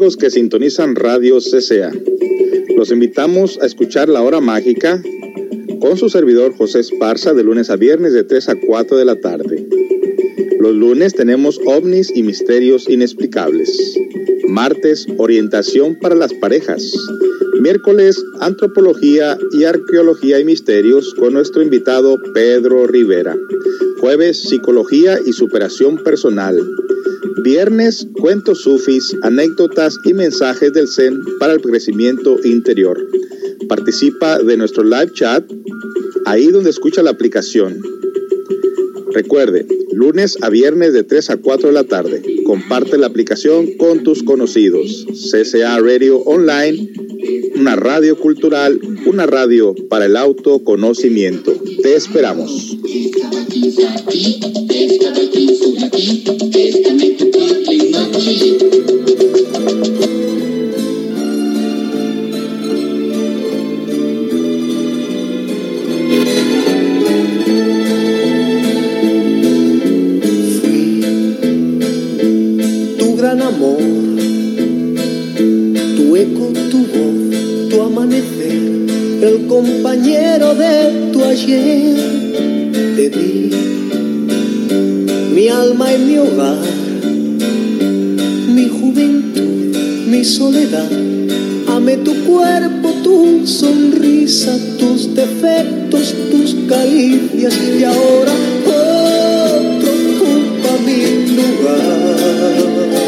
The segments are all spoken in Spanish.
amigos que sintonizan Radio CCA. Los invitamos a escuchar La Hora Mágica con su servidor José Esparza de lunes a viernes de 3 a 4 de la tarde. Los lunes tenemos ovnis y misterios inexplicables. Martes, orientación para las parejas. Miércoles, antropología y arqueología y misterios con nuestro invitado Pedro Rivera. Jueves, psicología y superación personal. Viernes, cuentos sufis, anécdotas y mensajes del Zen para el crecimiento interior. Participa de nuestro live chat ahí donde escucha la aplicación. Recuerde, lunes a viernes de 3 a 4 de la tarde. Comparte la aplicación con tus conocidos. CCA Radio Online, una radio cultural, una radio para el autoconocimiento. Te esperamos. Amor, tu eco, tu voz, tu amanecer, el compañero de tu ayer. Te di mi alma y mi hogar, mi juventud, mi soledad. Amé tu cuerpo, tu sonrisa, tus defectos, tus caricias, y ahora otro ocupa mi lugar.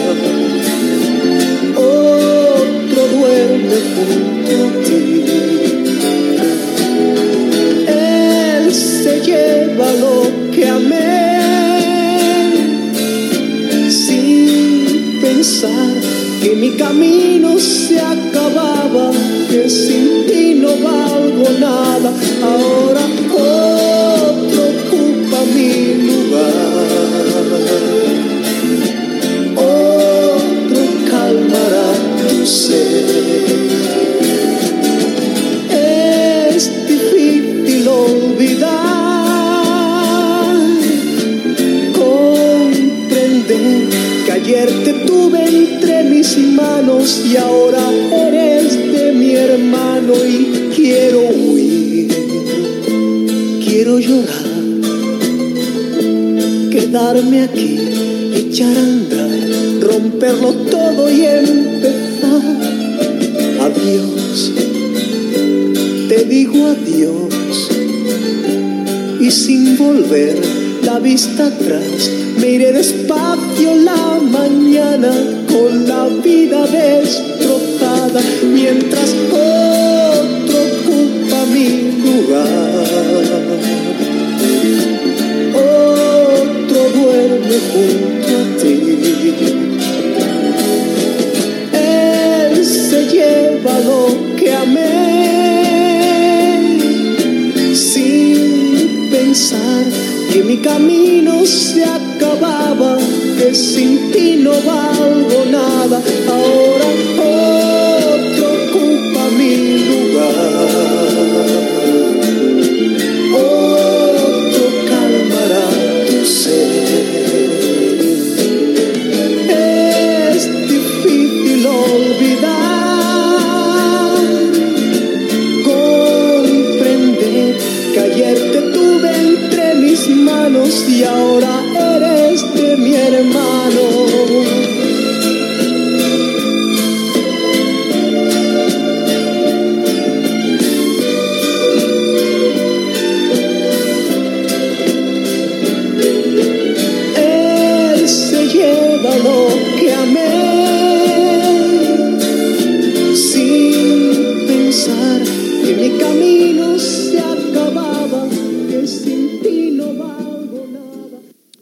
Duerme junto a ti. Él se lleva lo que amé, sin pensar que mi camino se acababa, que sin ti no valgo nada. Ahora otro ocupa mi lugar, otro calmará tu ser. Es difícil olvidar, comprender que ayer te tuve entre mis manos y ahora eres de mi hermano. Y quiero huir, quiero llorar, quedarme aquí, echar a andar, romperlo todo y empezar. Adiós, te digo adiós, y sin volver la vista atrás, me iré despacio la mañana con la vida destrozada, mientras otro ocupa mi lugar, otro duerme junto a ti. Se lleva lo que amé, sin pensar que mi camino se acababa, que sin ti no valgo nada. Ahora otro ocupa mi lugar, otro calmará tu ser. Es difícil olvidar, ayer te tuve entre mis manos y ahora eres de mi hermano. Él se lleva lo que amé, sin pensar que mi camino se acababa, que sin ti no valgo nada.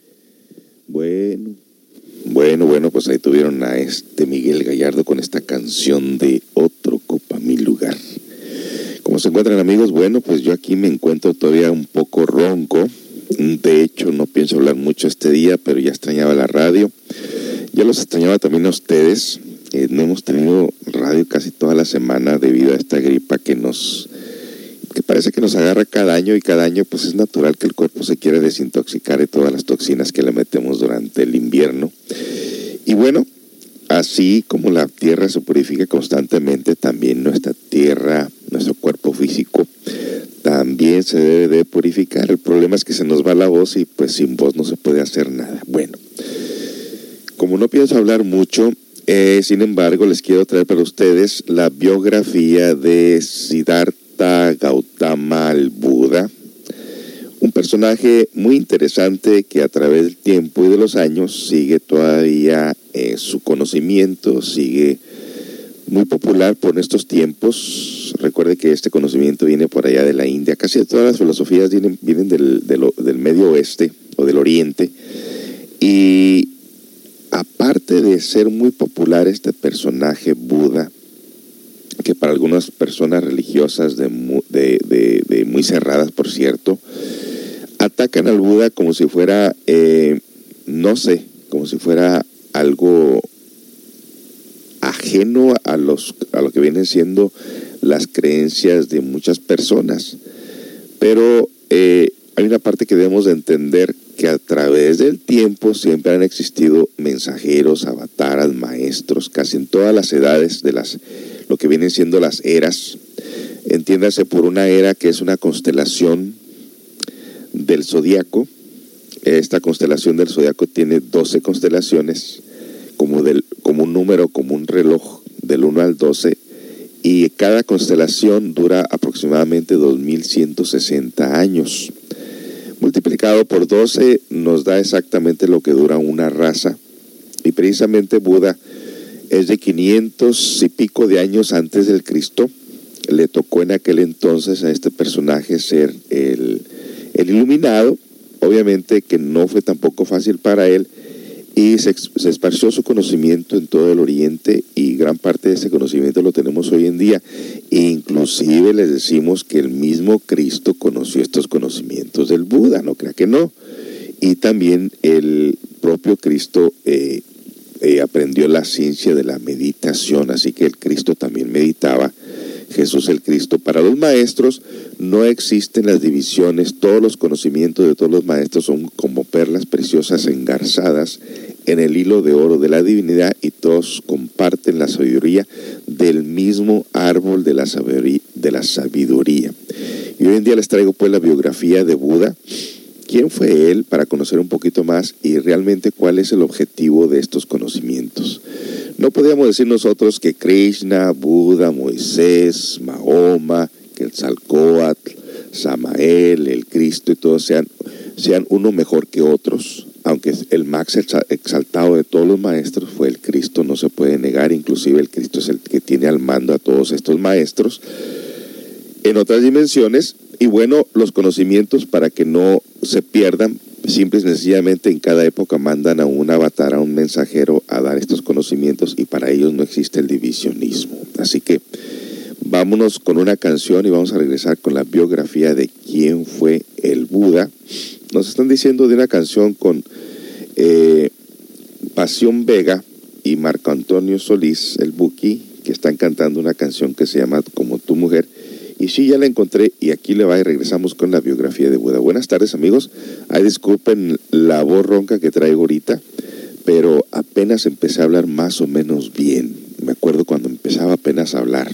Bueno, pues ahí tuvieron a Miguel Gallardo con esta canción de Otro Copa Mi Lugar. ¿Cómo se encuentran, amigos? Bueno, pues yo aquí me encuentro todavía un poco ronco. De hecho, no pienso hablar mucho este día, pero ya extrañaba la radio. Ya los extrañaba también a ustedes. No hemos tenido radio casi toda la semana debido a esta gripa que parece que nos agarra cada año, y cada año pues es natural que el cuerpo se quiere desintoxicar de todas las toxinas que le metemos durante el invierno. Y bueno, así como la tierra se purifica constantemente, también nuestra tierra, nuestro cuerpo físico, también se debe de purificar. El problema es que se nos va la voz y pues sin voz no se puede hacer nada. Bueno, como no pienso hablar mucho, sin embargo les quiero traer para ustedes la biografía de Siddhartha Gautama, el Buda. Un personaje muy interesante que a través del tiempo y de los años sigue todavía su conocimiento, sigue muy popular por estos tiempos. Recuerde que este conocimiento viene por allá de la India. Casi todas las filosofías vienen del Medio Oeste o del Oriente. Y aparte de ser muy popular este personaje Buda, que para algunas personas religiosas de muy cerradas, por cierto, atacan al Buda como si fuera, como si fuera algo ajeno a lo que vienen siendo las creencias de muchas personas. Pero hay una parte que debemos de entender, que a través del tiempo siempre han existido mensajeros, avataras, maestros, casi en todas las edades de lo que vienen siendo las eras. Entiéndase por una era que es una constelación del zodiaco. Esta constelación del zodiaco tiene 12 constelaciones, como un número, como un reloj, del 1 al 12, y cada constelación dura aproximadamente 2160 años. Multiplicado por 12 nos da exactamente lo que dura una raza, y precisamente Buda es de 500 y pico de años antes del Cristo. Le tocó en aquel entonces a este personaje ser el iluminado. Obviamente que no fue tampoco fácil para él, y se esparció su conocimiento en todo el Oriente, y gran parte de ese conocimiento lo tenemos hoy en día. E inclusive les decimos que el mismo Cristo conoció estos conocimientos del Buda, no crea que no. Y también el propio Cristo aprendió la ciencia de la meditación, así que el Cristo también meditaba. Jesús el Cristo. Para los maestros no existen las divisiones. Todos los conocimientos de todos los maestros son como perlas preciosas engarzadas en el hilo de oro de la divinidad, y todos comparten la sabiduría del mismo árbol de la sabiduría. Y hoy en día les traigo pues la biografía de Buda. ¿Quién fue él? Para conocer un poquito más y realmente cuál es el objetivo de estos conocimientos. No podríamos decir nosotros que Krishna, Buda, Moisés, Mahoma, Quetzalcóatl, Samael, el Cristo y todos sean uno mejor que otros. Aunque el más exaltado de todos los maestros fue el Cristo, no se puede negar. Inclusive el Cristo es el que tiene al mando a todos estos maestros en otras dimensiones. Y bueno, los conocimientos, para que no se pierdan, simple y sencillamente en cada época mandan a un avatar, a un mensajero a dar estos conocimientos, y para ellos no existe el divisionismo. Así que vámonos con una canción y vamos a regresar con la biografía de quién fue el Buda. Nos están diciendo de una canción con Pasión Vega y Marco Antonio Solís, el Buki, que están cantando una canción que se llama Como tu mujer. Y sí, ya la encontré, y aquí le va, y regresamos con la biografía de Buda. Buenas tardes, amigos. Ay, disculpen la voz ronca que traigo ahorita, pero apenas empecé a hablar más o menos bien. Me acuerdo cuando empezaba apenas a hablar.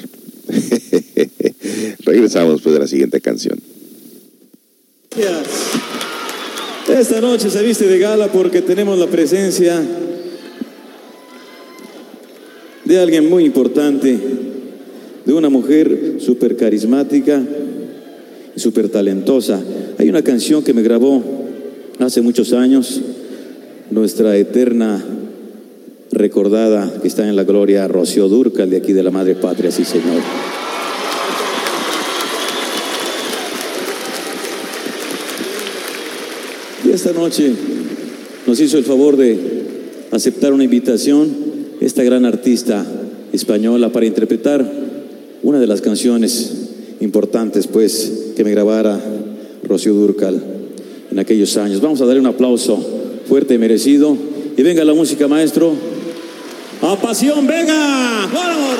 Regresamos después de la siguiente canción. Esta noche se viste de gala porque tenemos la presencia de alguien muy importante, de una mujer súper carismática y súper talentosa. Hay una canción que me grabó hace muchos años nuestra eterna recordada, que está en la gloria, Rocío Dúrcal, de aquí de la Madre Patria, sí señor. Y esta noche nos hizo el favor de aceptar una invitación esta gran artista española para interpretar una de las canciones importantes pues que me grabara Rocío Dúrcal en aquellos años. Vamos a darle un aplauso fuerte y merecido, y venga la música, maestro. ¡A Pasión Vega! ¡Vamos!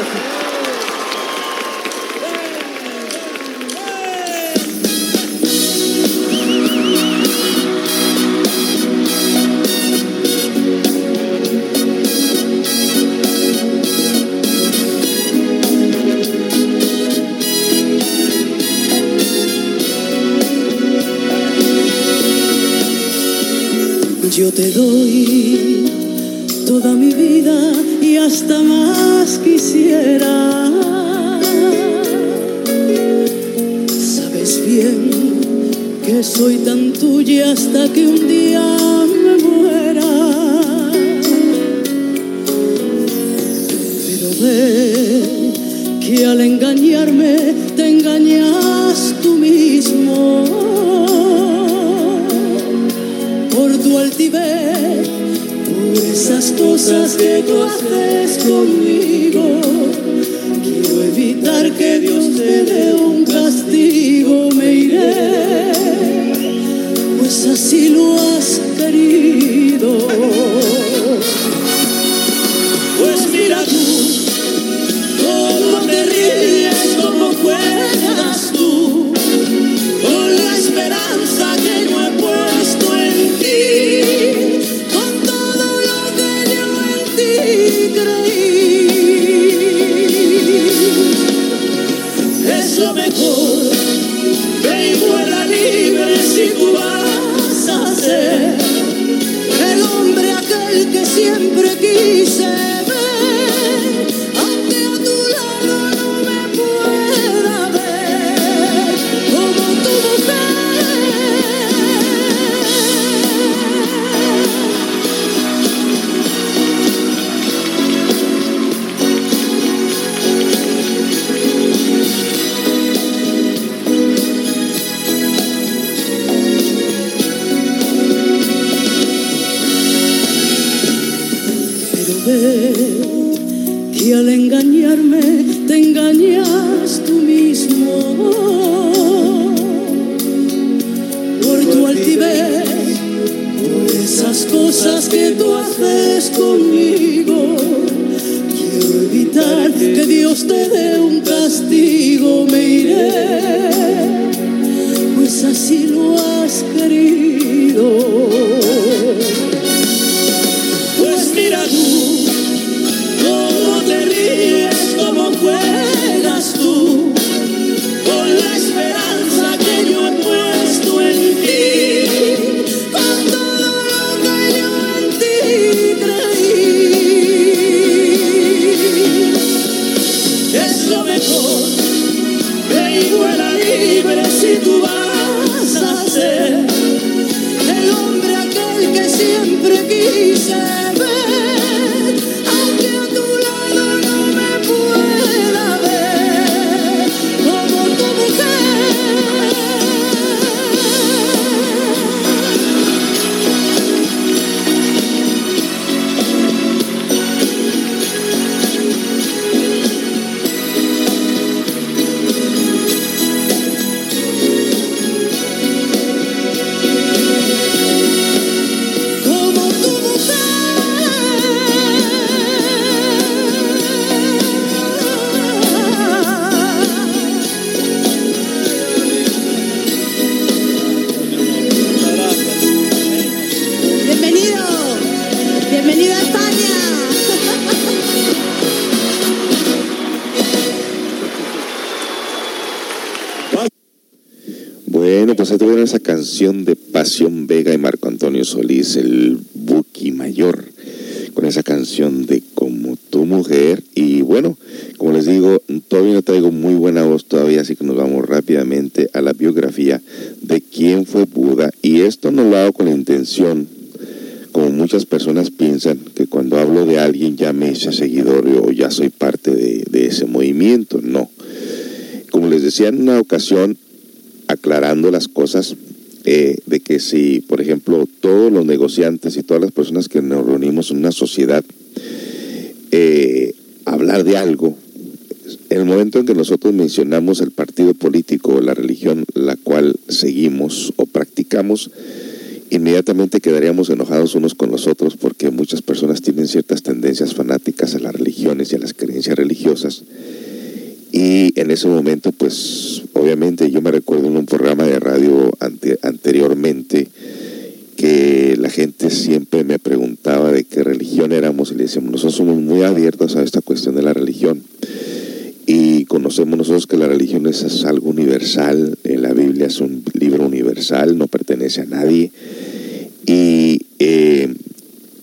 Yo te doy toda mi vida y hasta más quisiera. Sabes bien que soy tan tuya hasta que un día me muera. Pero ve que al engañarme te engañas tú mismo. Por tu altivez, por esas cosas que tú haces conmigo, quiero evitar que Dios te dé un castigo. Me iré, pues así lo has querido. Pues mira tú, cómo te ríes, cómo juegas tú, con la esperanza que yo he puesto en ti, con todo lo que yo en ti creí. Es lo mejor, ve y vuela libre si tú vas a ser el hombre aquel que siempre quise ver, aunque a tu lado no me pueda ver como tu mujer. Y al engañarme te engañas tú mismo. Por tu altivez, por esas cosas que tú haces conmigo, quiero evitar que Dios te dé un castigo. Me iré, pues así lo has querido. Pues mira tú, cómo te ríes, cómo juegas tú, con la esperanza que yo he puesto en ti, con todo lo que yo en ti creí. Es lo mejor, ve y vuela libre si tú vas a ser el hombre aquel que siempre quise ver, aunque a tu lado no me pueda ver como tu mujer. Como tu mujer. Bienvenido, bienvenido a España. Bueno, pues ahí tuvieron esa canción de Pasión Vega y Marco Antonio Solís, el Buki Mayor, con esa canción de Como tu mujer. Y bueno, como les digo, todavía no traigo muy buena voz todavía, así que nos vamos rápidamente a la biografía de quién fue Buda. Y esto no lo hago con la intención, como muchas personas piensan, que cuando hablo de alguien ya me hice seguidor o ya soy parte de ese movimiento. No. Como les decía en una ocasión, aclarando las cosas, de que si, por ejemplo, todos los negociantes y todas las personas que nos reunimos en una sociedad, hablar de algo, en el momento en que nosotros mencionamos el partido político o la religión la cual seguimos o practicamos, inmediatamente quedaríamos enojados unos con los otros, porque muchas personas tienen ciertas tendencias fanáticas a las religiones y a las creencias religiosas. Y en ese momento, pues, obviamente, yo me recuerdo en un programa de radio anteriormente que la gente siempre me preguntaba de qué religión éramos, y le decíamos, nosotros somos muy abiertos a esta cuestión de la religión. Y conocemos nosotros que la religión es algo universal, la Biblia es un libro universal, no pertenece a nadie. Y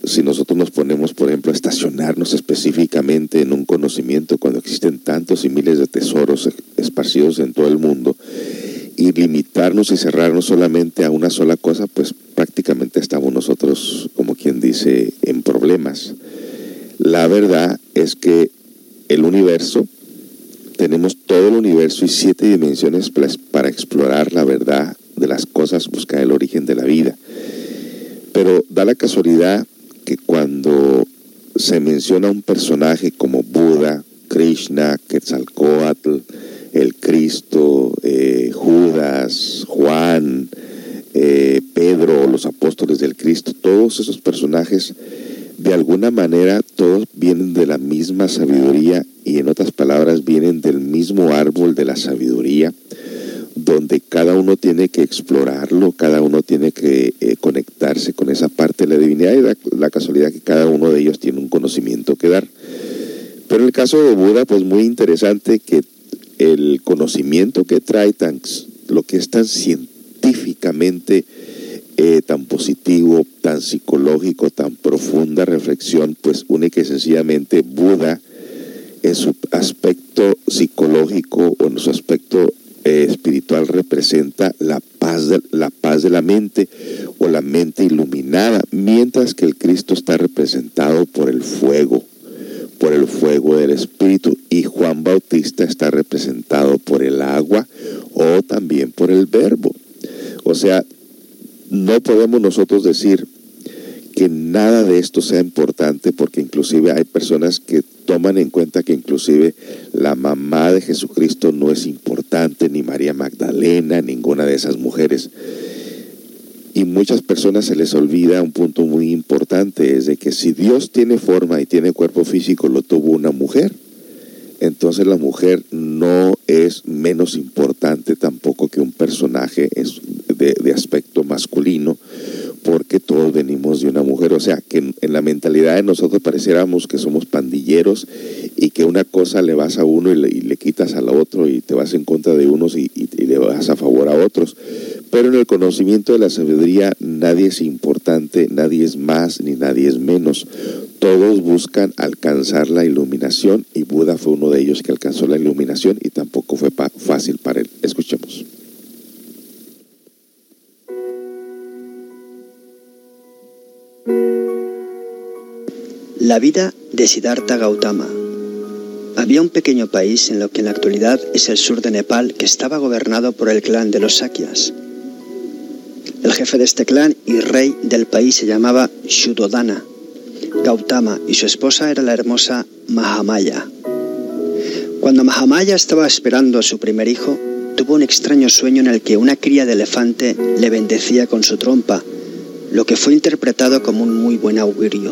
si nosotros nos ponemos, por ejemplo, a estacionarnos específicamente en un conocimiento cuando existen tantos y miles de tesoros esparcidos en todo el mundo, y limitarnos y cerrarnos solamente a una sola cosa, pues prácticamente estamos nosotros, como quien dice, en problemas. La verdad es que el universo, tenemos todo el universo y 7 dimensiones para explorar la verdad de las cosas, buscar el origen de la vida. Pero da la casualidad que cuando se menciona un personaje como Buda, Krishna, Quetzalcóatl, el Cristo, Judas, Juan, Pedro, los apóstoles del Cristo, todos esos personajes, de alguna manera todos vienen de la misma sabiduría, y en otras palabras vienen del mismo árbol de la sabiduría, donde cada uno tiene que explorarlo, cada uno tiene que conectarse con esa parte de la divinidad, y la casualidad que cada uno de ellos tiene un conocimiento que dar. Pero en el caso de Buda, pues muy interesante que el conocimiento que trae, lo que es tan científicamente tan positivo, tan psicológico, tan profunda reflexión, pues única y sencillamente Buda en su aspecto psicológico o en su aspecto espiritual representa la paz de la mente, o la mente iluminada, mientras que el Cristo está representado por el fuego del Espíritu, y Juan Bautista está representado por el agua o también por el Verbo. O sea, no podemos nosotros decir que nada de esto sea importante, porque inclusive hay personas que toman en cuenta que inclusive la mamá de Jesucristo no es importante, ni María Magdalena, ninguna de esas mujeres. Y muchas personas se les olvida un punto muy importante, es de que si Dios tiene forma y tiene cuerpo físico, lo tuvo una mujer. Entonces la mujer no es menos importante tampoco que un personaje de aspecto masculino, porque todos venimos de una mujer. O sea, que en la mentalidad de nosotros pareciéramos que somos pandilleros, y que una cosa le vas a uno y le quitas al otro, y te vas en contra de unos y le vas a favor a otros. Pero en el conocimiento de la sabiduría nadie es importante, nadie es más ni nadie es menos. Todos buscan alcanzar la iluminación, y Buda fue uno de ellos que alcanzó la iluminación, y tampoco fue fácil para él. Escuchemos. La vida de Siddhartha Gautama. Había un pequeño país en lo que en la actualidad es el sur de Nepal, que estaba gobernado por el clan de los Sakyas. El jefe de este clan y rey del país se llamaba Shuddhodana Gautama, y su esposa era la hermosa Mahamaya. Cuando Mahamaya estaba esperando a su primer hijo, tuvo un extraño sueño en el que una cría de elefante le bendecía con su trompa, lo que fue interpretado como un muy buen augurio.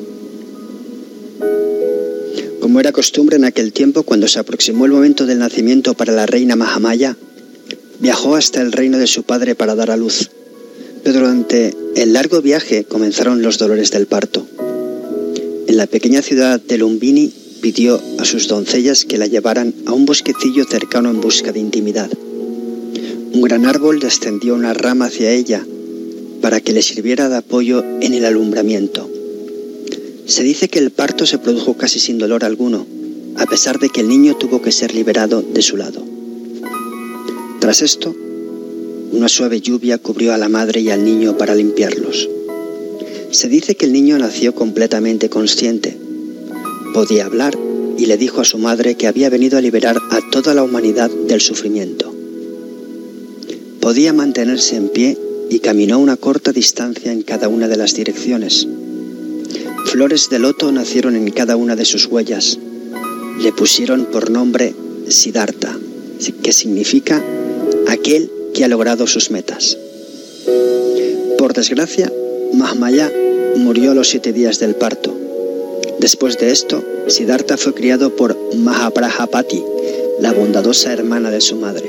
Como era costumbre en aquel tiempo, cuando se aproximó el momento del nacimiento para la reina Mahamaya, viajó hasta el reino de su padre para dar a luz. Pero durante el largo viaje comenzaron los dolores del parto. En la pequeña ciudad de Lumbini pidió a sus doncellas que la llevaran a un bosquecillo cercano en busca de intimidad. Un gran árbol descendió una rama hacia ella para que le sirviera de apoyo en el alumbramiento. Se dice que el parto se produjo casi sin dolor alguno, a pesar de que el niño tuvo que ser liberado de su lado. Tras esto, una suave lluvia cubrió a la madre y al niño para limpiarlos. Se dice que el niño nació completamente consciente. Podía hablar y le dijo a su madre que había venido a liberar a toda la humanidad del sufrimiento. Podía mantenerse en pie y caminó una corta distancia en cada una de las direcciones. Flores de loto nacieron en cada una de sus huellas. Le pusieron por nombre Siddhartha, que significa aquel que ha logrado sus metas. Por desgracia, Mahamaya murió a los 7 días del parto. Después de esto, Siddhartha fue criado por Mahaprajapati, la bondadosa hermana de su madre.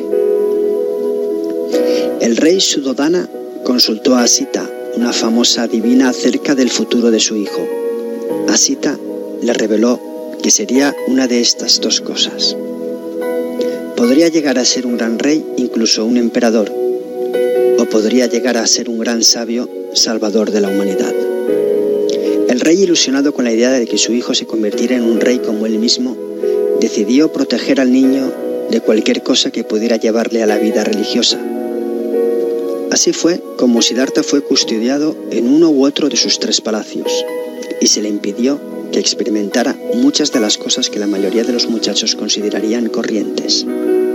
El rey Shuddhodana consultó a Asita, una famosa adivina, acerca del futuro de su hijo. Asita le reveló que sería una de estas dos cosas. Podría llegar a ser un gran rey, incluso un emperador, o podría llegar a ser un gran sabio, salvador de la humanidad. El rey, ilusionado con la idea de que su hijo se convirtiera en un rey como él mismo, decidió proteger al niño de cualquier cosa que pudiera llevarle a la vida religiosa. Así fue como Siddhartha fue custodiado en uno u otro de sus 3 palacios, y se le impidió que experimentara muchas de las cosas que la mayoría de los muchachos considerarían corrientes.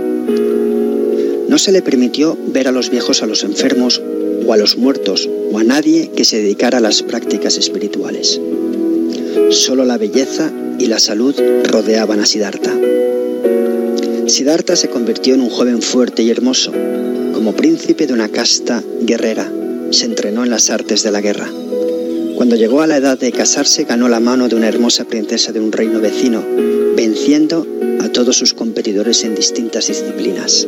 No se le permitió ver a los viejos, a los enfermos, o a los muertos, o a nadie que se dedicara a las prácticas espirituales. Solo la belleza y la salud rodeaban a Siddhartha. Siddhartha se convirtió en un joven fuerte y hermoso. Como príncipe de una casta guerrera, se entrenó en las artes de la guerra. Cuando llegó a la edad de casarse, ganó la mano de una hermosa princesa de un reino vecino, venciendo a todos sus competidores en distintas disciplinas.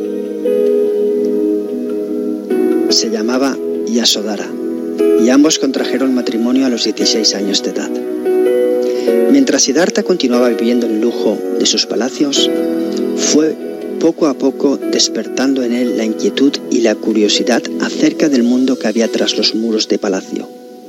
Se llamaba Yasodhara, y ambos contrajeron matrimonio a los 16 años de edad. Mientras Siddhartha continuaba viviendo el lujo de sus palacios, fue poco a poco despertando en él la inquietud y la curiosidad acerca del mundo que había tras los muros de palacio.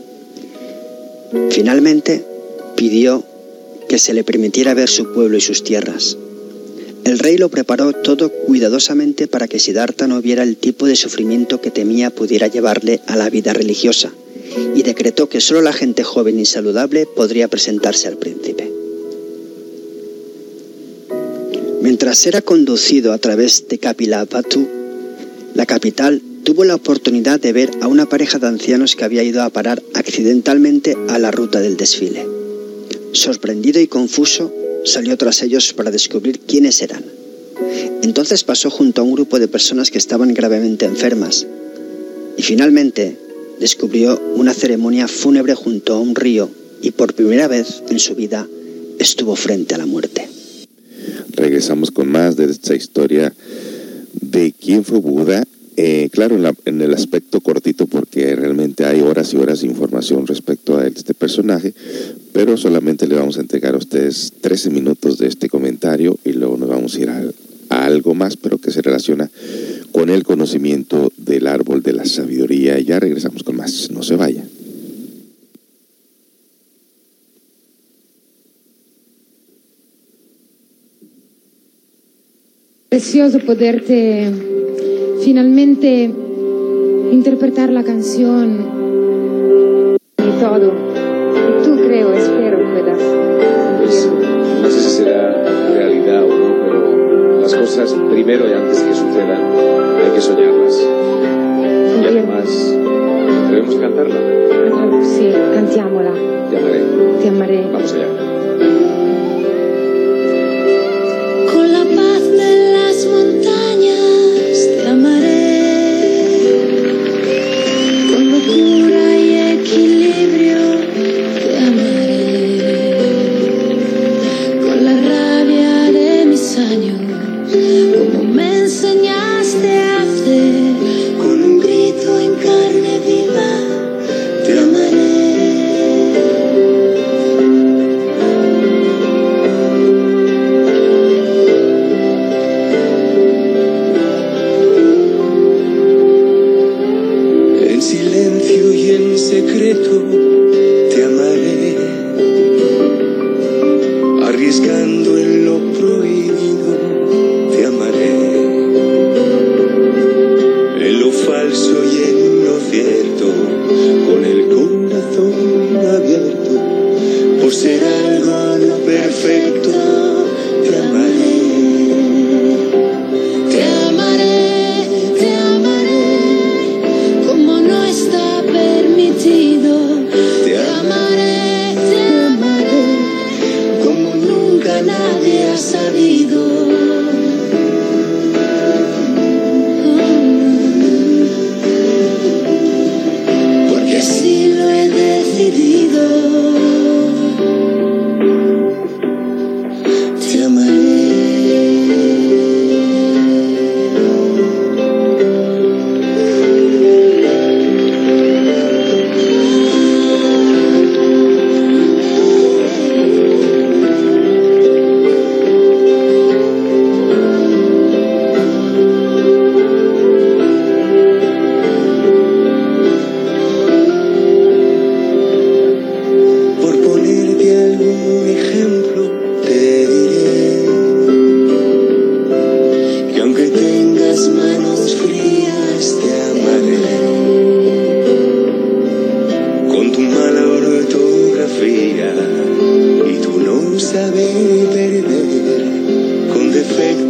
Finalmente, pidió que se le permitiera ver su pueblo y sus tierras. El rey lo preparó todo cuidadosamente para que Siddhartha no viera el tipo de sufrimiento que temía pudiera llevarle a la vida religiosa, y decretó que solo la gente joven y saludable podría presentarse al príncipe. Mientras era conducido a través de Kapilavatthu, la capital, tuvo la oportunidad de ver a una pareja de ancianos que había ido a parar accidentalmente a la ruta del desfile. Sorprendido y confuso, salió tras ellos para descubrir quiénes eran. Entonces pasó junto a un grupo de personas que estaban gravemente enfermas y finalmente descubrió una ceremonia fúnebre junto a un río y por primera vez en su vida estuvo frente a la muerte. Regresamos con más de esta historia de quién fue Buda. Claro, en el aspecto cortito, porque realmente hay horas y horas de información respecto a este personaje, pero solamente le vamos a entregar a ustedes 13 minutos de este comentario y luego nos vamos a ir a algo más, pero que se relaciona con el conocimiento del árbol de la sabiduría. Ya regresamos con más, no se vaya. Precioso poderte finalmente interpretar la canción y todo. Y tú espero puedas. Pues, no sé si será realidad o no, pero las cosas primero y antes que sucedan hay que soñarlas. Y además debemos cantarla. Sí, cantiamola. Te amaré. Te amaré. Vamos allá. Con la paz de las montañas te amaré, con locura y equilibrio te amaré, con la rabia de mis años, como me enseñaste a hacer, con un grito en carne viva te amaré. Secreto te amaré, arriesgando en lo prohibido te amaré.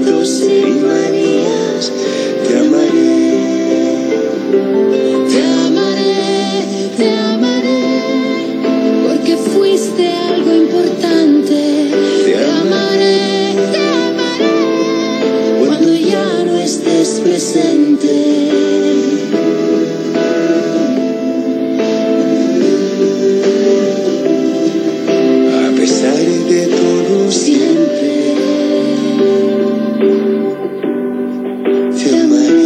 defectos y manías, te amaré. Te amaré, porque fuiste algo importante. Te amaré, cuando ya no estés presente. A pesar de todo, siempre te amaré.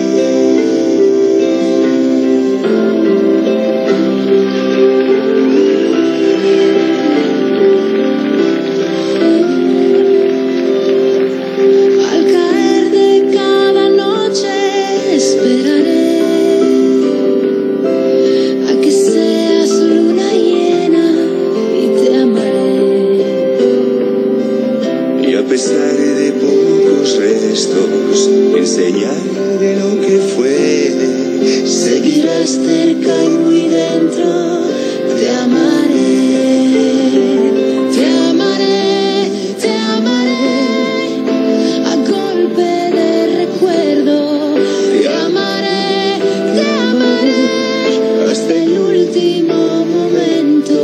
Al caer de cada noche esperaré a que seas luna llena y te amaré. Y a pesar de pocos restos, en señal de lo que fue, Seguirás cerca y muy dentro. Te amaré, te amaré, te amaré. A golpe de recuerdo. Te amaré, hasta el último momento.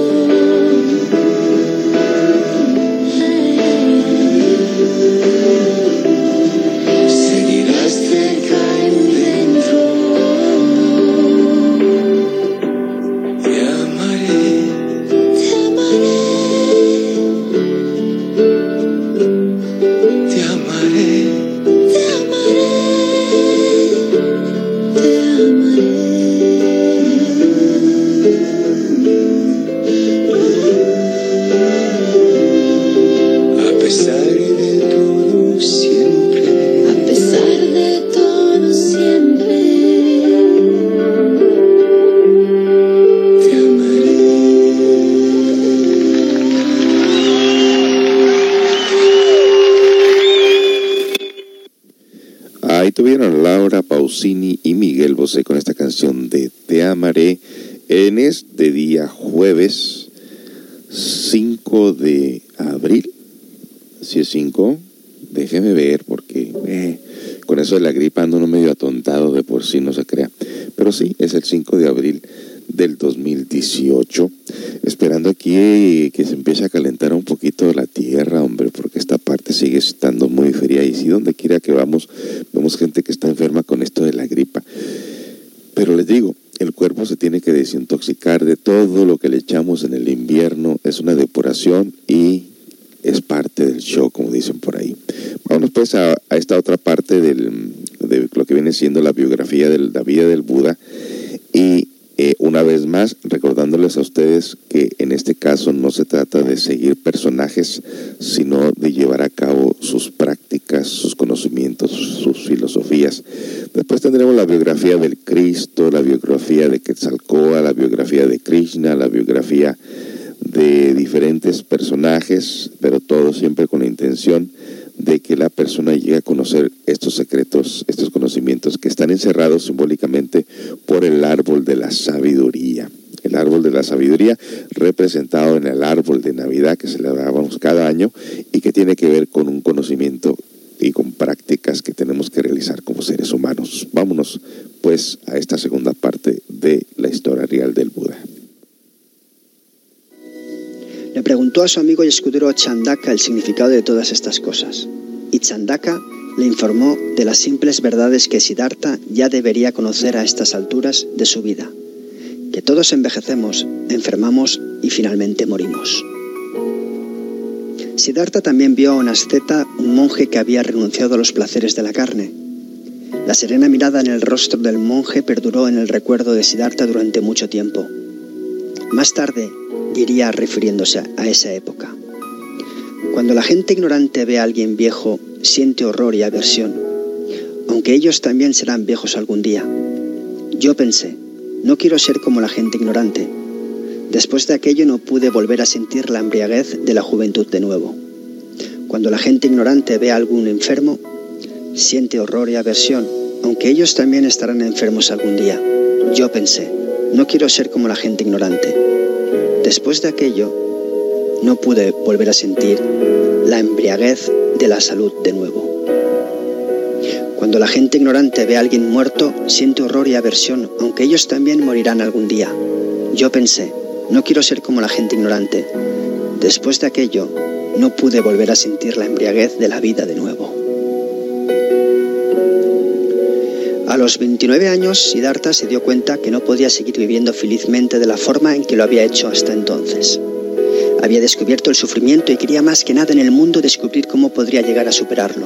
seguirás cerca y muy dentro. Te amaré. Te amaré, Te amaré. te amaré, te amaré. A pesar de todo, siempre. A pesar de todo, siempre Te amaré. Ahí tuvieron Laura Pausini y Miguel Bosé con esta canción de Te amaré en este día jueves 5 de abril. Si es 5, déjeme ver porque con eso de la gripa ando uno medio atontado de por sí, no se crea. Pero sí, es el 5 de abril del 2018. Esperando aquí que se empiece a calentar un poquito la tierra, hombre, porque esta parte sigue estando muy fría. Y si donde quiera que vamos, vemos gente que está enferma con esto de la gripa. Pero les digo, el cuerpo se tiene que desintoxicar de todo lo que le echamos en el invierno. Es una depuración y es parte del show, como dicen por ahí. Vámonos pues a esta otra parte de lo que viene siendo la biografía de la vida del Buda. Y una vez más, recordándoles a ustedes que en este caso no se trata de seguir personajes, sino de llevar a cabo sus prácticas, sus conocimientos, sus filosofías. Después tendremos la biografía del Cristo, la biografía de Quetzalcóatl, la biografía de Krishna, la biografía de diferentes personajes, pero todo siempre con la intención de que la persona llegue a conocer estos secretos, estos conocimientos que están encerrados simbólicamente por el árbol de la sabiduría. El árbol de la sabiduría representado en el árbol de Navidad que celebramos cada año y que tiene que ver con un conocimiento y con prácticas que tenemos que realizar como seres humanos. Vámonos pues a esta segunda parte de la historia real del Buda. Le preguntó a su amigo y escudero Chandaka el significado de todas estas cosas, y Chandaka le informó de las simples verdades que Siddhartha ya debería conocer a estas alturas de su vida, que todos envejecemos, enfermamos y finalmente morimos. Siddhartha también vio a un asceta, un monje que había renunciado a los placeres de la carne. La serena mirada en el rostro del monje perduró en el recuerdo de Siddhartha durante mucho tiempo. Más tarde, diría refiriéndose a esa época: cuando la gente ignorante ve a alguien viejo, siente horror y aversión, aunque ellos también serán viejos algún día. Yo pensé, no quiero ser como la gente ignorante. Después de aquello no pude volver a sentir la embriaguez de la juventud de nuevo. Cuando la gente ignorante ve a algún enfermo, siente horror y aversión, aunque ellos también estarán enfermos algún día. Yo pensé, no quiero ser como la gente ignorante. Después de aquello, no pude volver a sentir la embriaguez de la salud de nuevo. Cuando la gente ignorante ve a alguien muerto, siente horror y aversión, aunque ellos también morirán algún día. Yo pensé, no quiero ser como la gente ignorante. Después de aquello, no pude volver a sentir la embriaguez de la vida de nuevo. A los 29 años, Siddhartha se dio cuenta que no podía seguir viviendo felizmente de la forma en que lo había hecho hasta entonces. Había descubierto el sufrimiento y quería más que nada en el mundo descubrir cómo podría llegar a superarlo.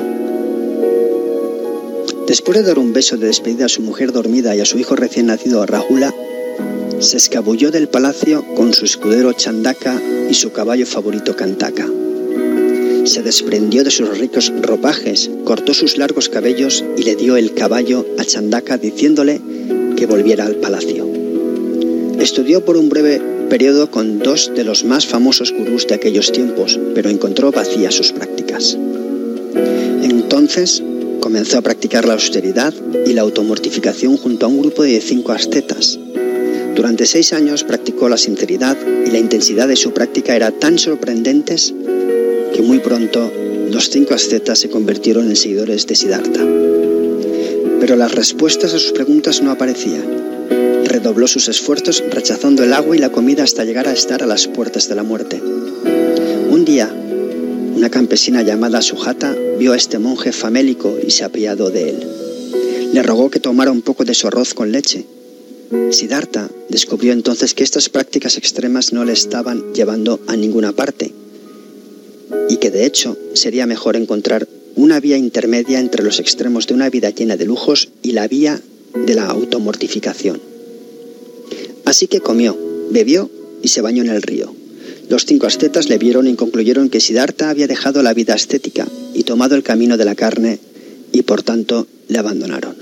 Después de dar un beso de despedida a su mujer dormida y a su hijo recién nacido, Rahula, se escabulló del palacio con su escudero Chandaka y su caballo favorito Kantaka. Se desprendió de sus ricos ropajes, cortó sus largos cabellos y le dio el caballo a Chandaka diciéndole que volviera al palacio. Estudió por un breve periodo con dos de los más famosos gurús de aquellos tiempos, pero encontró vacías sus prácticas. Entonces comenzó a practicar la austeridad y la automortificación junto a un grupo de 5 ascetas. Durante 6 años practicó la sinceridad y la intensidad de su práctica era tan sorprendentes que muy pronto los 5 ascetas se convirtieron en seguidores de Siddhartha. Pero las respuestas a sus preguntas no aparecían. Redobló sus esfuerzos rechazando el agua y la comida hasta llegar a estar a las puertas de la muerte. Un día, una campesina llamada Sujata vio a este monje famélico y se apiadó de él. Le rogó que tomara un poco de su arroz con leche. Siddhartha descubrió entonces que estas prácticas extremas no le estaban llevando a ninguna parte y que de hecho sería mejor encontrar una vía intermedia entre los extremos de una vida llena de lujos y la vía de la automortificación. Así que comió, bebió y se bañó en el río. Los 5 ascetas le vieron y concluyeron que Siddhartha había dejado la vida ascética y tomado el camino de la carne y por tanto le abandonaron.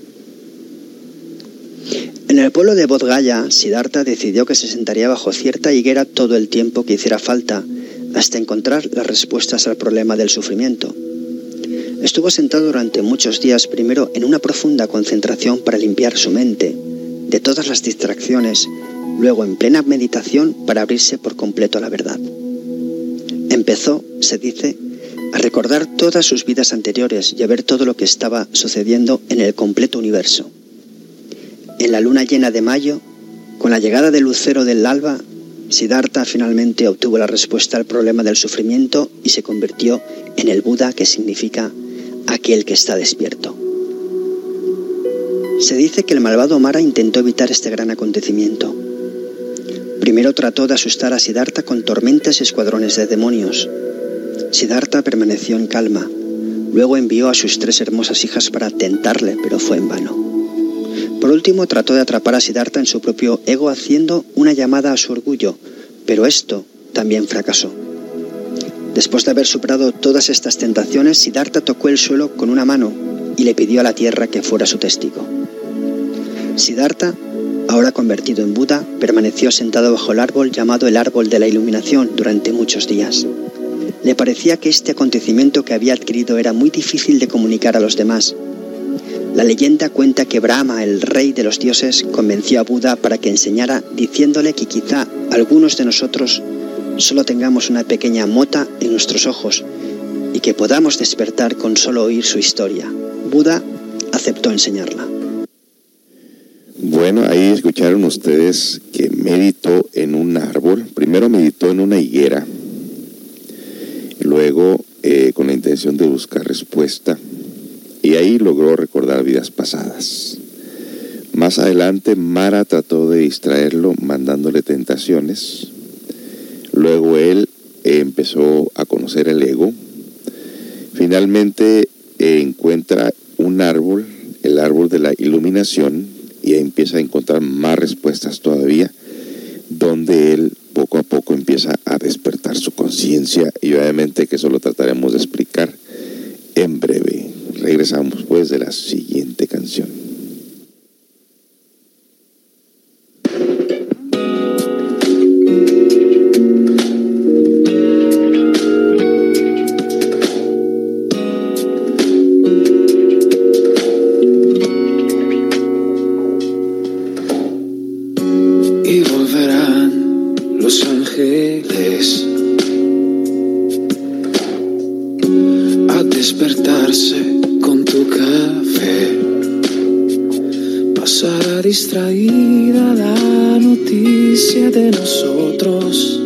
En el pueblo de Bodh Gaya, Siddhartha decidió que se sentaría bajo cierta higuera todo el tiempo que hiciera falta hasta encontrar las respuestas al problema del sufrimiento. Estuvo sentado durante muchos días, primero en una profunda concentración para limpiar su mente de todas las distracciones, luego en plena meditación para abrirse por completo a la verdad. Empezó, se dice, a recordar todas sus vidas anteriores y a ver todo lo que estaba sucediendo en el completo universo. En la luna llena de mayo, con la llegada del lucero del alba, Siddhartha finalmente obtuvo la respuesta al problema del sufrimiento y se convirtió en el Buda, que significa aquel que está despierto. Se dice que el malvado Mara intentó evitar este gran acontecimiento. Primero trató de asustar a Siddhartha con tormentas y escuadrones de demonios. Siddhartha permaneció en calma. Luego envió a sus 3 hermosas hijas para tentarle, pero fue en vano. Por último, trató de atrapar a Siddhartha en su propio ego haciendo una llamada a su orgullo, pero esto también fracasó. Después de haber superado todas estas tentaciones, Siddhartha tocó el suelo con una mano y le pidió a la tierra que fuera su testigo. Siddhartha, ahora convertido en Buda, permaneció sentado bajo el árbol llamado el árbol de la iluminación durante muchos días. Le parecía que este acontecimiento que había adquirido era muy difícil de comunicar a los demás. La leyenda cuenta que Brahma, el rey de los dioses, convenció a Buda para que enseñara, diciéndole que quizá algunos de nosotros solo tengamos una pequeña mota en nuestros ojos y que podamos despertar con solo oír su historia. Buda aceptó enseñarla. Bueno, ahí escucharon ustedes que meditó en un árbol. Primero meditó en una higuera, luego con la intención de buscar respuesta, y ahí logró recordar vidas pasadas. Más adelante, Mara trató de distraerlo mandándole tentaciones. Luego él empezó a conocer el ego. Finalmente encuentra un árbol, el árbol de la iluminación, y ahí empieza a encontrar más respuestas todavía, donde él poco a poco empieza a despertar su conciencia, y obviamente que eso lo trataremos de explicar en breve. Regresamos pues de la siguiente canción. Y volverán los ángeles a despertarse Pasará distraída la noticia de nosotros.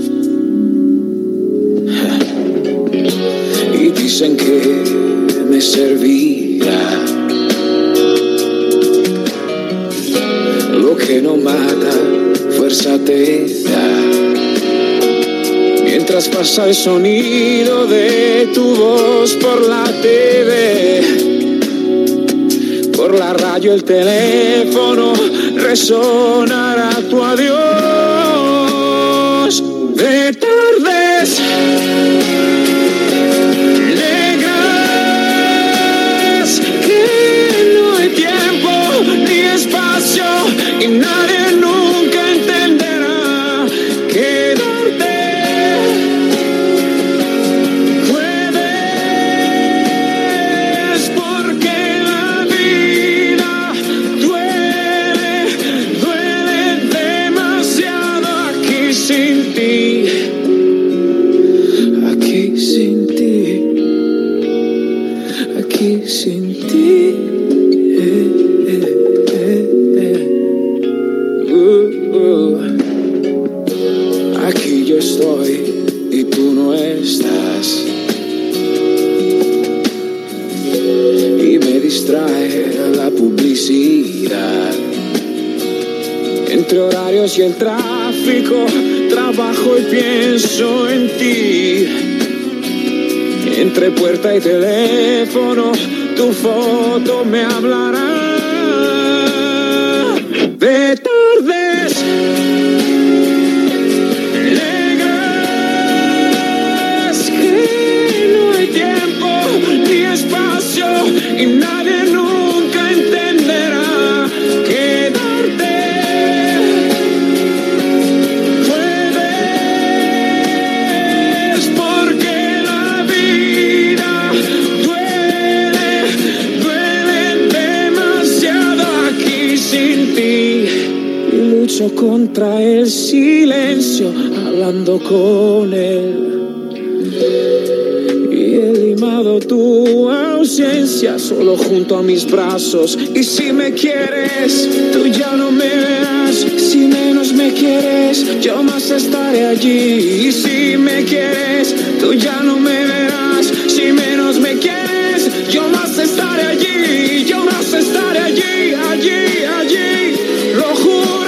Y dicen que me servirá. Lo que no mata, fuerza te da. Mientras pasa el sonido de tu voz por la TV, por la radio, el teléfono, resonará tu adiós. De tardes negras, que no hay tiempo ni espacio y nadie nunca entenderá. Quedarte puedes porque la vida duele, duele demasiado aquí sin ti. Aquí sin ti, aquí sin ti. Aquí yo estoy y tú no estás. Y me distrae la publicidad. Entre horarios y el tráfico, trabajo y pienso en ti. Entre puerta y teléfono, tu foto me hablará. De tardes negras, que no hay tiempo ni espacio y nadie nunca entenderá. Quedarte puedes porque la vida duele, duele demasiado aquí sin ti. Y lucho contra el silencio, hablando con él. Y he limado tu ausencia solo junto a mis brazos. Y si me quieres, tú ya no me verás. Si menos me quieres, yo más estaré allí. Y si me quieres, tú ya no me verás. Si menos me quieres, yo más estaré allí. Yo más estaré allí, allí, allí. Lo juro.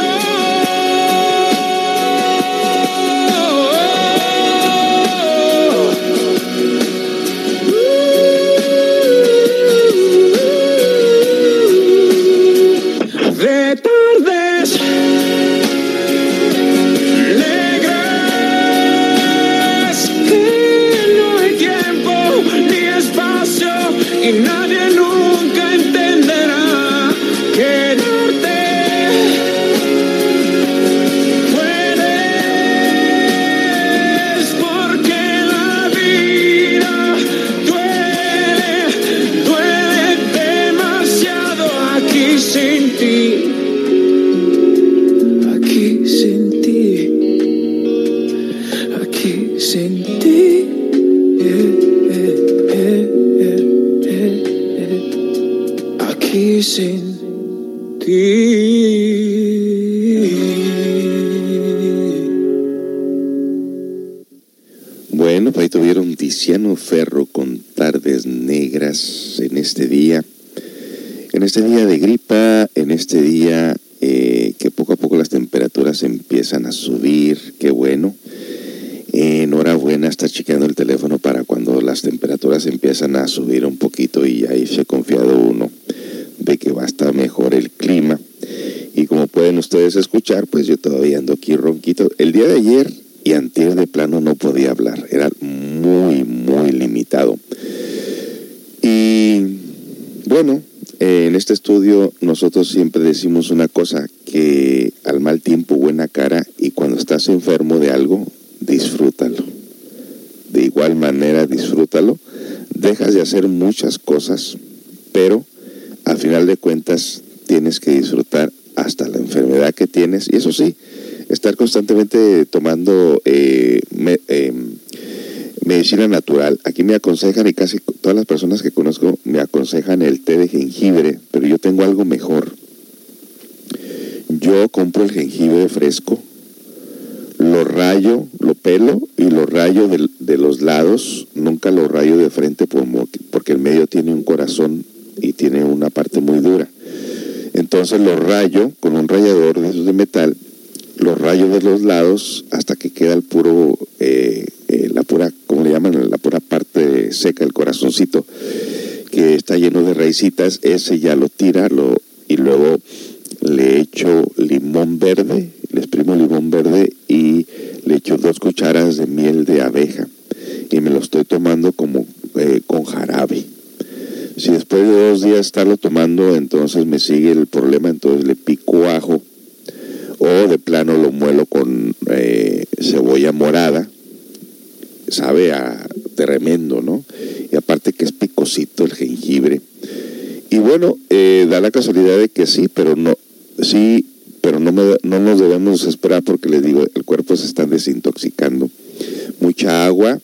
De tardes negras, que no hay tiempo ni espacio y nadie nunca entenderá. Quedarte puedes porque la vida duele, duele demasiado aquí sin ti. Aquí sin ti, aquí sin ti. Aquí sin ti. Bueno, pues ahí tuvieron Tiziano Ferro con Tardes Negras en este día de gripa, en este día que poco a poco las temperaturas empiezan a subir. Qué bueno. Enhorabuena, está chequeando el teléfono para cuando las temperaturas empiezan a subir un poquito y ya irse confiado uno de que va a estar mejor el clima. Y como pueden ustedes escuchar, pues yo todavía ando aquí ronquito. El día de ayer y antier de plano no podía hablar, era muy, muy limitado. Y bueno, en este estudio nosotros siempre decimos una cosa, que al mal tiempo buena cara, y cuando estás enfermo de algo, disfrútalo. De igual manera, disfrútalo. Dejas de hacer muchas cosas, pero al final de cuentas tienes que disfrutar hasta la enfermedad que tienes. Y eso sí, estar constantemente tomando medicina natural. Aquí me aconsejan, y casi todas las personas que conozco me aconsejan el té de jengibre, pero yo tengo algo mejor. yo compro el jengibre fresco, lo rayo, lo pelo y lo rayo de los lados, nunca lo rayo de frente porque el medio tiene un corazón y tiene una parte muy dura. Entonces lo rayo con un rallador de esos de metal, lo rayo de los lados hasta que queda el puro, la pura, ¿cómo le llaman? La pura parte seca, el corazoncito, que está lleno de raicitas. Ese ya lo tira, y luego le echo limón verde, le exprimo limón verde y le echo 2 cucharas de miel de abeja y me lo estoy tomando como con jarabe. Si después de 2 días estarlo tomando, entonces me sigue el problema, entonces le pico ajo o de plano lo muelo con cebolla morada. Sabe a tremendo, ¿no? Y aparte que es picosito el jengibre. Y bueno, da la casualidad de que no nos debemos desesperar porque les digo, el cuerpo se está desintoxicando. Mucha agua,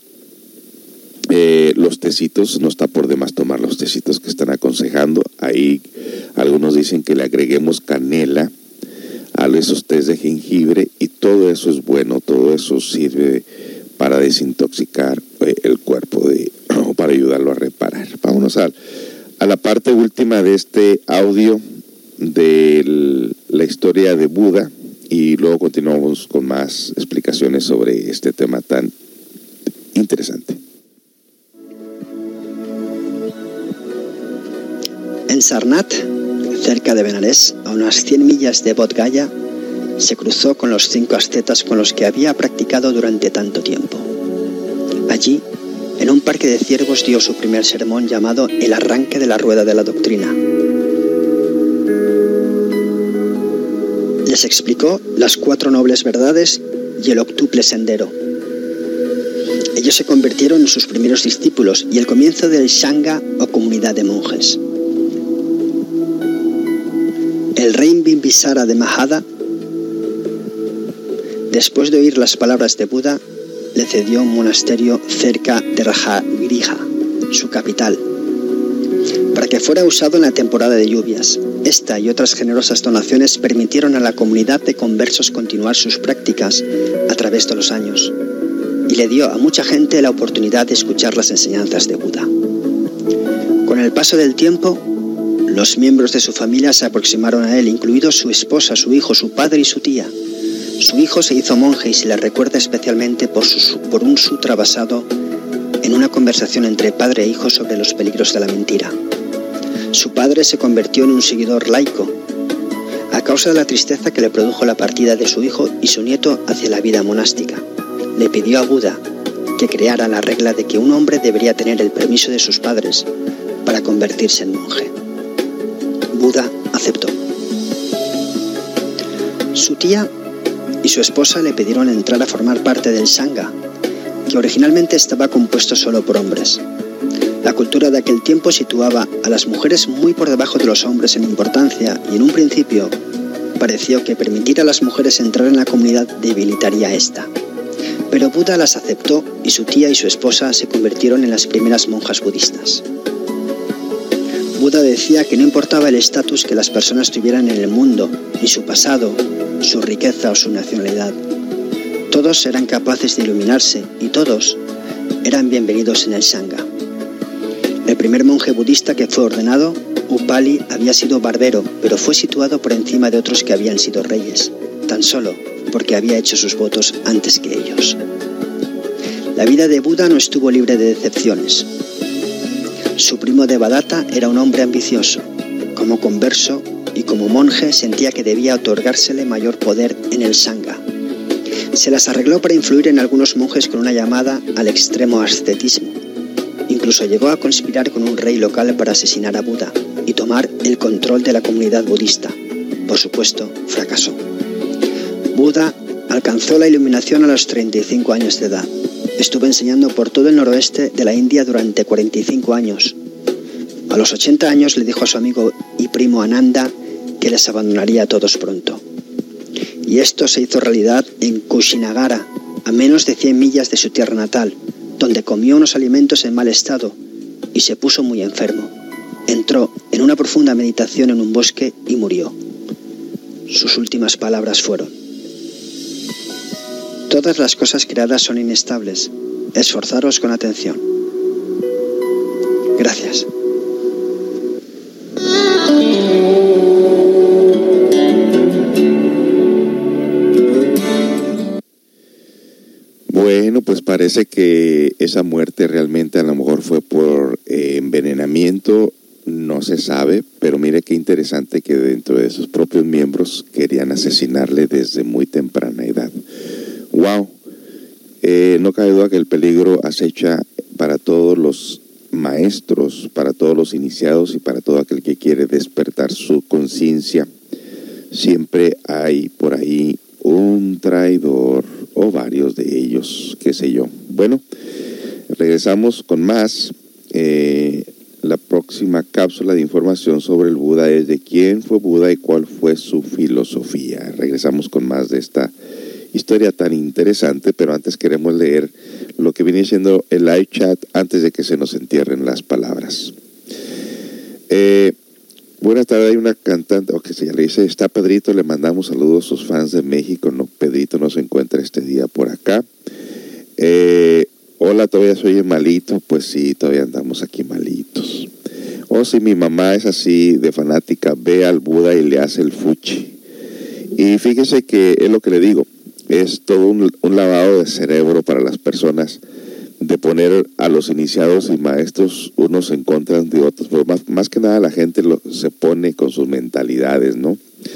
los tecitos, no está por demás tomar los tecitos que están aconsejando. Ahí algunos dicen que le agreguemos canela a esos tés de jengibre y todo eso es bueno, todo eso sirve para desintoxicar el cuerpo, para ayudarlo a reparar. Vámonos a la parte última de este audio de la historia de Buda y luego continuamos con más explicaciones sobre este tema tan interesante. En Sarnath, cerca de Benares, a unas 100 millas de Bodh Gaya, se cruzó con los 5 ascetas con los que había practicado durante tanto tiempo. Allí, en un parque de ciervos, dio su primer sermón llamado El arranque de la rueda de la doctrina. Les explicó las 4 nobles verdades y el octuple sendero. Ellos se convirtieron en sus primeros discípulos y el comienzo del Sangha o comunidad de monjes. El rey Bimbisara de Mahada, después de oír las palabras de Buda, le cedió un monasterio cerca de Rajagriha, su capital, para que fuera usado en la temporada de lluvias. Esta y otras generosas donaciones permitieron a la comunidad de conversos continuar sus prácticas a través de los años y le dio a mucha gente la oportunidad de escuchar las enseñanzas de Buda. Con el paso del tiempo, los miembros de su familia se aproximaron a él, incluidos su esposa, su hijo, su padre y su tía. Su hijo se hizo monje y se le recuerda especialmente por un sutra basado en una conversación entre padre e hijo sobre los peligros de la mentira. Su padre se convirtió en un seguidor laico a causa de la tristeza que le produjo la partida de su hijo y su nieto hacia la vida monástica. Le pidió a Buda que creara la regla de que un hombre debería tener el permiso de sus padres para convertirse en monje. Buda aceptó. Su tía y su esposa le pidieron entrar a formar parte del Sangha, que originalmente estaba compuesto solo por hombres. La cultura de aquel tiempo situaba a las mujeres muy por debajo de los hombres en importancia y en un principio pareció que permitir a las mujeres entrar en la comunidad debilitaría a esta. Pero Buda las aceptó y su tía y su esposa se convirtieron en las primeras monjas budistas. Buda decía que no importaba el estatus que las personas tuvieran en el mundo, ni su pasado, su riqueza o su nacionalidad. Todos eran capaces de iluminarse y todos eran bienvenidos en el Sangha. El primer monje budista que fue ordenado, Upali, había sido barbero, pero fue situado por encima de otros que habían sido reyes, tan solo porque había hecho sus votos antes que ellos. La vida de Buda no estuvo libre de decepciones. Su primo Devadatta era un hombre ambicioso. Como converso y como monje sentía que debía otorgársele mayor poder en el Sangha. Se las arregló para influir en algunos monjes con una llamada al extremo ascetismo. Incluso llegó a conspirar con un rey local para asesinar a Buda y tomar el control de la comunidad budista. Por supuesto, fracasó. Buda alcanzó la iluminación a los 35 años de edad. Estuvo enseñando por todo el noroeste de la India durante 45 años. A los 80 años le dijo a su amigo y primo Ananda que les abandonaría a todos pronto. Y esto se hizo realidad en Kushinagara, a menos de 100 millas de su tierra natal, donde comió unos alimentos en mal estado y se puso muy enfermo. Entró en una profunda meditación en un bosque y murió. sus últimas palabras fueron: todas las cosas creadas son inestables. Esforzaros con atención. Gracias. Bueno, pues parece que esa muerte realmente a lo mejor fue por envenenamiento, no se sabe, pero mire qué interesante que dentro de sus propios miembros querían asesinarle desde muy temprana edad. ¡Wow! No cabe duda que el peligro acecha para todos los maestros, para todos los iniciados y para todo aquel que quiere despertar su conciencia. Siempre hay por ahí un traidor o varios de ellos, qué sé yo. Bueno, regresamos con más. La próxima cápsula de información sobre el Buda es de quién fue Buda y cuál fue su filosofía. Regresamos con más de esta historia tan interesante, pero antes queremos leer lo que viene siendo el live chat antes de que se nos entierren las palabras. Buenas tardes, hay una cantante, que se le dice, está Pedrito, le mandamos saludos a sus fans de México. No, Pedrito no se encuentra este día por acá. Hola, todavía se oye malito. Pues sí, todavía andamos aquí malitos. Si mi mamá es así de fanática, ve al Buda y le hace el fuchi. Y fíjese que es lo que le digo, es todo un lavado de cerebro para las personas de poner a los iniciados y maestros unos en contra de otros, pero más que nada la gente se pone con sus mentalidades, ¿no?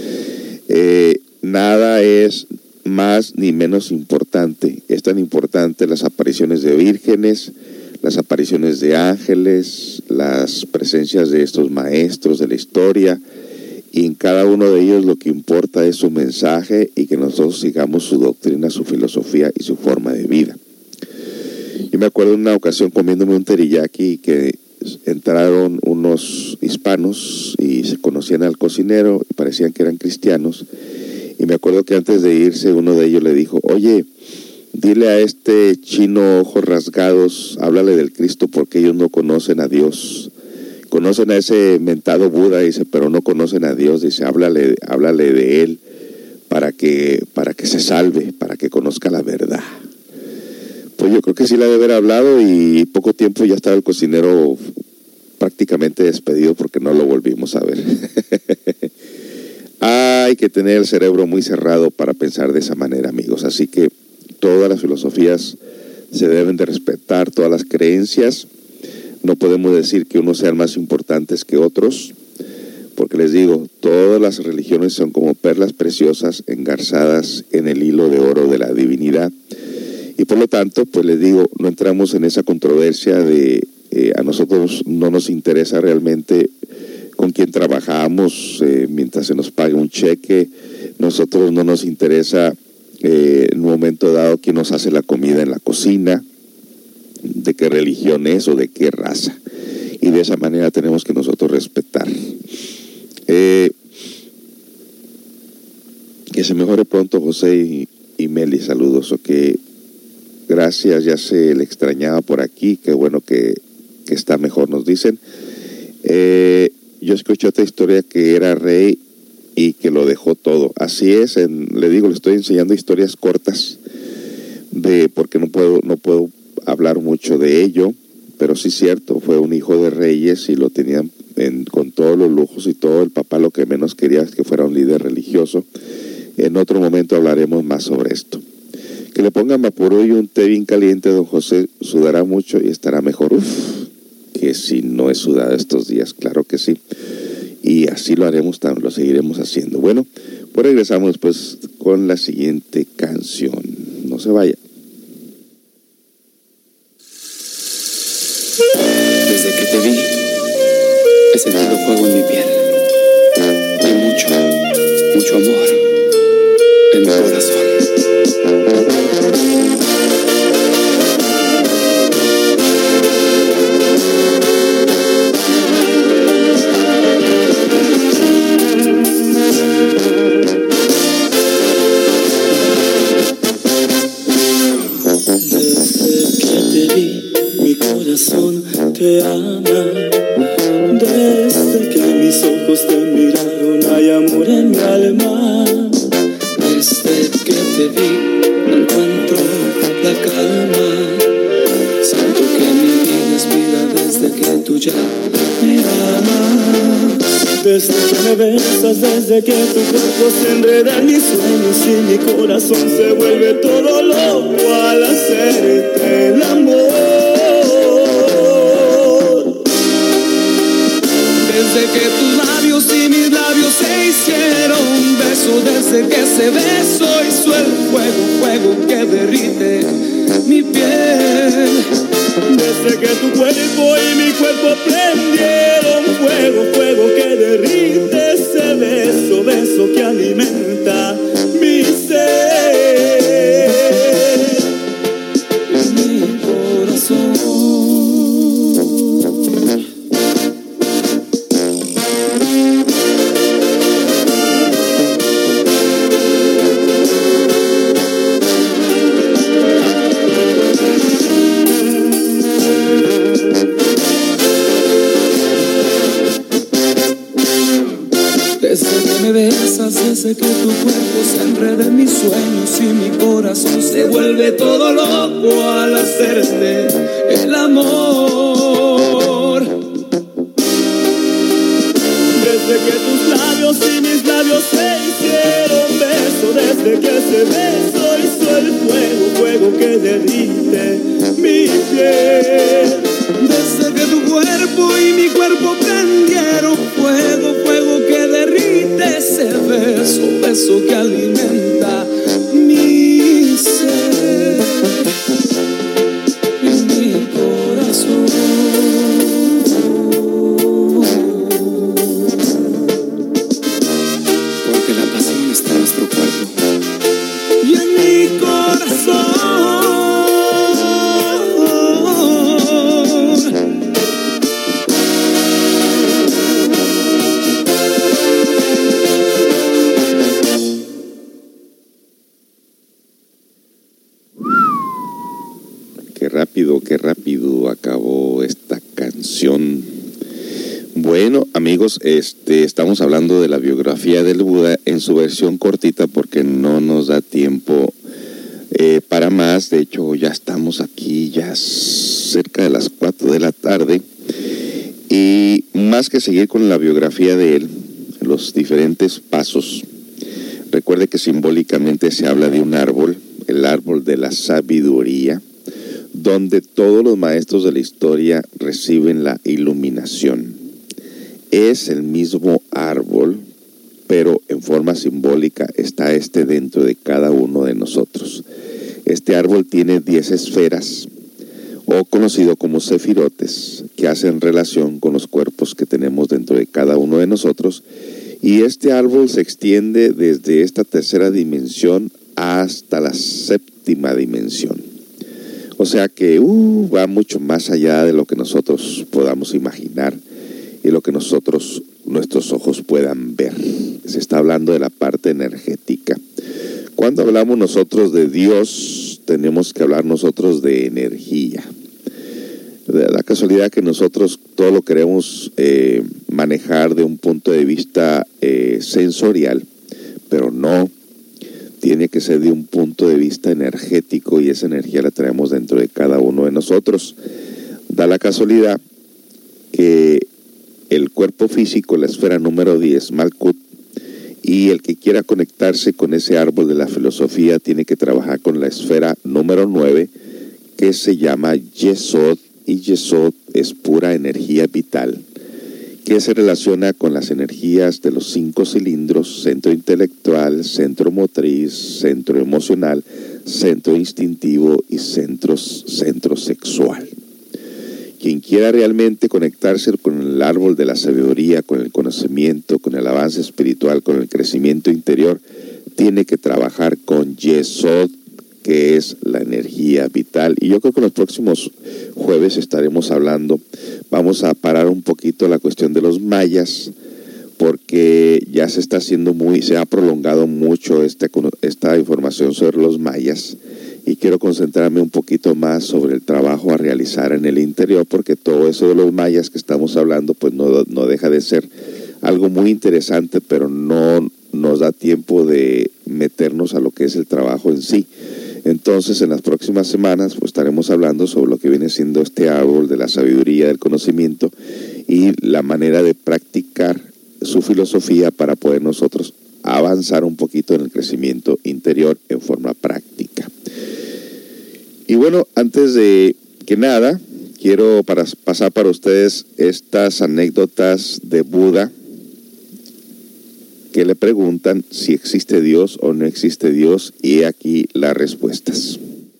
Nada es más ni menos importante. Es tan importante las apariciones de vírgenes, las apariciones de ángeles, las presencias de estos maestros de la historia, y en cada uno de ellos lo que importa es su mensaje y que nosotros sigamos su doctrina, su filosofía y su forma de vida. Yo me acuerdo de una ocasión comiéndome un teriyaki que entraron unos hispanos y se conocían al cocinero y parecían que eran cristianos, y me acuerdo que antes de irse uno de ellos le dijo: oye, dile a este chino ojos rasgados, háblale del Cristo, porque ellos no conocen a Dios. Conocen a ese mentado Buda, dice, pero no conocen a Dios. Dice, háblale de él para que se salve, para que conozca la verdad. Pues yo creo que sí le debe haber hablado, y poco tiempo ya estaba el cocinero prácticamente despedido porque no lo volvimos a ver. Hay que tener el cerebro muy cerrado para pensar de esa manera, amigos. Así que todas las filosofías se deben de respetar, todas las creencias. No podemos decir que unos sean más importantes que otros, porque les digo, todas las religiones son como perlas preciosas engarzadas en el hilo de oro de la divinidad. Y por lo tanto, pues les digo, no entramos en esa controversia de a nosotros no nos interesa realmente con quién trabajamos mientras se nos pague un cheque. Nosotros no nos interesa en un momento dado quién nos hace la comida en la cocina, de qué religión es o de qué raza. Y de esa manera tenemos que nosotros respetar. Que se mejore pronto José y Meli, saludos. Gracias, ya se le extrañaba por aquí, qué bueno que está mejor, nos dicen. Yo escuché otra historia que era rey y que lo dejó todo. Así es, le digo, le estoy enseñando historias cortas porque no puedo hablar mucho de ello, pero sí es cierto, fue un hijo de reyes y lo tenían con todos los lujos y todo. El papá lo que menos quería es que fuera un líder religioso. En otro momento hablaremos más sobre esto. Que le pongan vaporú y un té bien caliente, don José, sudará mucho y estará mejor. Que si no he sudado estos días, claro que sí. Y así lo haremos, lo seguiremos haciendo. Bueno, pues regresamos pues con la siguiente canción. No se vaya. Desde que te vi, he sentido fuego en mi piel y mucho amor en mi corazón. Desde que te vi, mi corazón te ama. Desde que mis ojos te miraron, hay amor en mi alma. te vi no encuentro la calma. Siento que mi vida expira desde que tú ya me amas. Desde que me besas, desde que tu cuerpo se enreda en mis sueños y mi corazón se vuelve todo loco al hacerte el amor. Desde que tus labios y mis labios se hicieron un beso, desde que ese beso hizo el fuego, fuego que derrite mi piel. Desde que tu cuerpo y mi cuerpo prendieron fuego, fuego que derrite ese beso, beso que alimenta mi ser y mi corazón. Desde que me besas, desde que tu cuerpo se enreda en mis sueños y mi corazón se vuelve todo loco al hacerte el amor. Desde que tus labios y mis labios se hicieron beso, desde que ese beso hizo el fuego, fuego que derrite mi piel. Desde que tu cuerpo y mi cuerpo prendieron fuego, fuego que derrite ese beso, beso que alimenta mi ser y mi corazón. Porque la pasión está en nuestro cuerpo y en mi corazón. Qué rápido acabó esta canción. Bueno, amigos, estamos hablando de la biografía del Buda en su versión cortita porque no nos da tiempo para más. De hecho, ya estamos aquí, ya cerca de las 4 de la tarde. Y más que seguir con la biografía de él, los diferentes pasos, recuerde que simbólicamente se habla de un árbol, el árbol de la sabiduría, donde todos los maestros de la historia reciben la iluminación. Es el mismo árbol, pero en forma simbólica está dentro de cada uno de nosotros. Este árbol tiene 10 esferas, o conocido como sefirotes, que hacen relación con los cuerpos que tenemos dentro de cada uno de nosotros. Y este árbol se extiende desde esta tercera dimensión hasta la séptima dimensión. O sea que va mucho más allá de lo que nosotros podamos imaginar y lo que nuestros ojos puedan ver. Se está hablando de la parte energética. Cuando hablamos nosotros de Dios, tenemos que hablar nosotros de energía. De la casualidad que nosotros todo lo queremos manejar de un punto de vista sensorial, pero no. Tiene que ser de un punto de vista energético y esa energía la traemos dentro de cada uno de nosotros. Da la casualidad que el cuerpo físico, la esfera número 10, Malkut, y el que quiera conectarse con ese árbol de la filosofía tiene que trabajar con la esfera número 9, que se llama Yesod, y Yesod es pura energía vital, que se relaciona con las energías de los 5 cilindros: centro intelectual, centro motriz, centro emocional, centro instintivo y centro sexual. Quien quiera realmente conectarse con el árbol de la sabiduría, con el conocimiento, con el avance espiritual, con el crecimiento interior, tiene que trabajar con Yesod, que es la energía vital. Y yo creo que en los próximos jueves estaremos hablando, vamos a parar un poquito la cuestión de los mayas, porque ya se ha prolongado mucho esta información sobre los mayas, y quiero concentrarme un poquito más sobre el trabajo a realizar en el interior, porque todo eso de los mayas que estamos hablando pues no deja de ser algo muy interesante, pero no nos da tiempo de meternos a lo que es el trabajo en sí. Entonces, en las próximas semanas, pues estaremos hablando sobre lo que viene siendo este árbol de la sabiduría, del conocimiento y la manera de practicar su filosofía para poder nosotros avanzar un poquito en el crecimiento interior en forma práctica. Y bueno, antes de que nada, quiero pasar para ustedes estas anécdotas de Buda que le preguntan si existe Dios o no existe Dios, y he aquí las respuestas.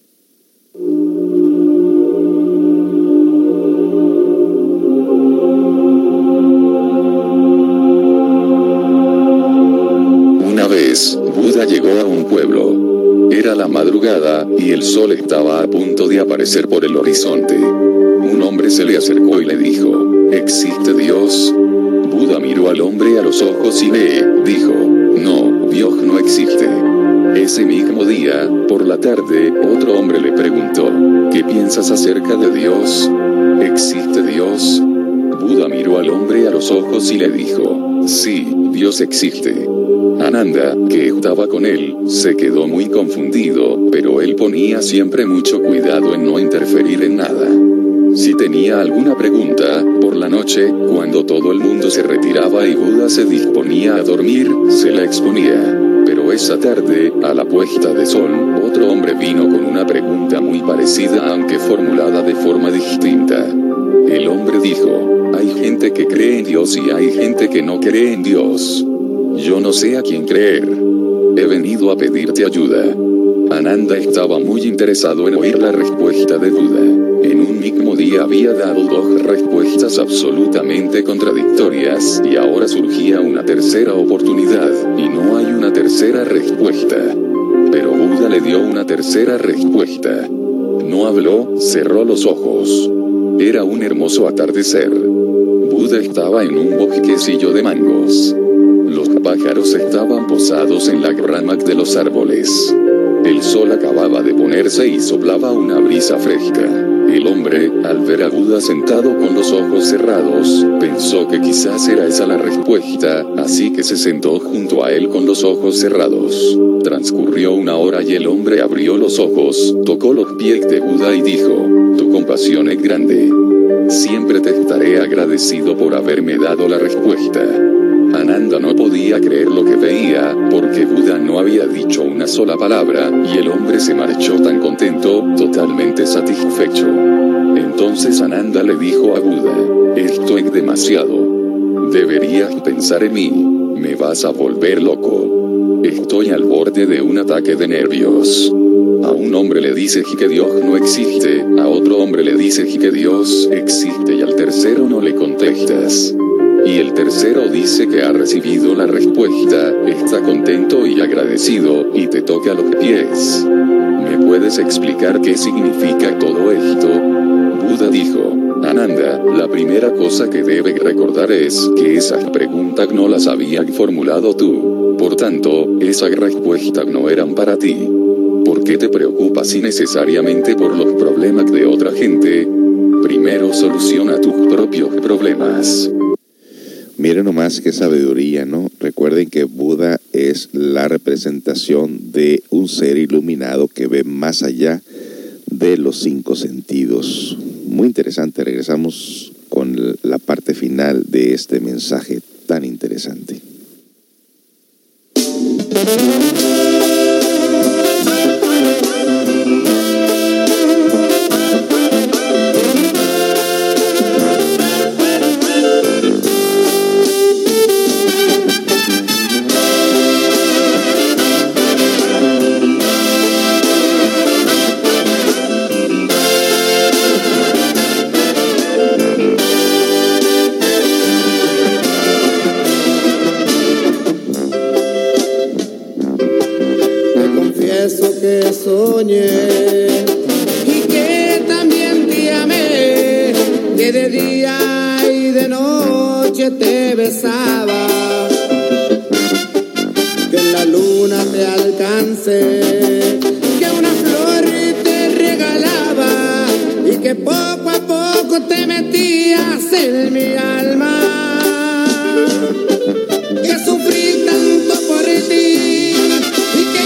Una vez, Buda llegó a un pueblo. Era la madrugada, y el sol estaba a punto de aparecer por el horizonte. Un hombre se le acercó y le dijo: ¿existe Dios? Buda miró al hombre a los ojos y le dijo: no, Dios no existe. Ese mismo día, por la tarde, otro hombre le preguntó: ¿qué piensas acerca de Dios? ¿Existe Dios? Buda miró al hombre a los ojos y le dijo: sí, Dios existe. Ananda, que estaba con él, se quedó muy confundido, pero él ponía siempre mucho cuidado en no interferir en nada. Si tenía alguna pregunta, por la noche, cuando todo el mundo se retiraba y Buda se disponía a dormir, se la exponía. Pero esa tarde, a la puesta de sol, otro hombre vino con una pregunta muy parecida aunque formulada de forma distinta. El hombre dijo: hay gente que cree en Dios y hay gente que no cree en Dios. Yo no sé a quién creer. He venido a pedirte ayuda. Ananda estaba muy interesado en oír la respuesta de Buda. En un mismo día había dado dos respuestas absolutamente contradictorias, y ahora surgía una tercera oportunidad, y no hay una tercera respuesta. Pero Buda le dio una tercera respuesta. No habló, cerró los ojos. Era un hermoso atardecer. Buda estaba en un bosquecillo de mangos. Los pájaros estaban posados en las ramas de los árboles. El sol acababa de ponerse y soplaba una brisa fresca. El hombre, al ver a Buda sentado con los ojos cerrados, pensó que quizás era esa la respuesta, así que se sentó junto a él con los ojos cerrados. Transcurrió una hora y el hombre abrió los ojos, tocó los pies de Buda y dijo: tu compasión es grande. Siempre te estaré agradecido por haberme dado la respuesta. Ananda no podía creer lo que veía, porque Buda no había dicho una sola palabra, y el hombre se marchó tan contento, totalmente satisfecho. Entonces Ananda le dijo a Buda: esto es demasiado. Deberías pensar en mí. Me vas a volver loco. Estoy al borde de un ataque de nervios. A un hombre le dices que Dios no existe, a otro hombre le dices que Dios existe y al tercero no le contestas. Y el tercero dice que ha recibido la respuesta, está contento y agradecido, y te toca los pies. ¿Me puedes explicar qué significa todo esto? Buda dijo: Ananda, la primera cosa que debes recordar es que esas preguntas no las habías formulado tú. Por tanto, esas respuestas no eran para ti. ¿Por qué te preocupas innecesariamente por los problemas de otra gente? Primero soluciona tus propios problemas. Miren nomás qué sabiduría, ¿no? Recuerden que Buda es la representación de un ser iluminado que ve más allá de los 5 sentidos. Muy interesante. Regresamos con la parte final de este mensaje tan interesante. Que soñé y que también te amé, que de día y de noche te besaba, que en la luna te alcancé, que una flor te regalaba y que poco a poco te metías en mi alma, que sufrí tanto por ti y que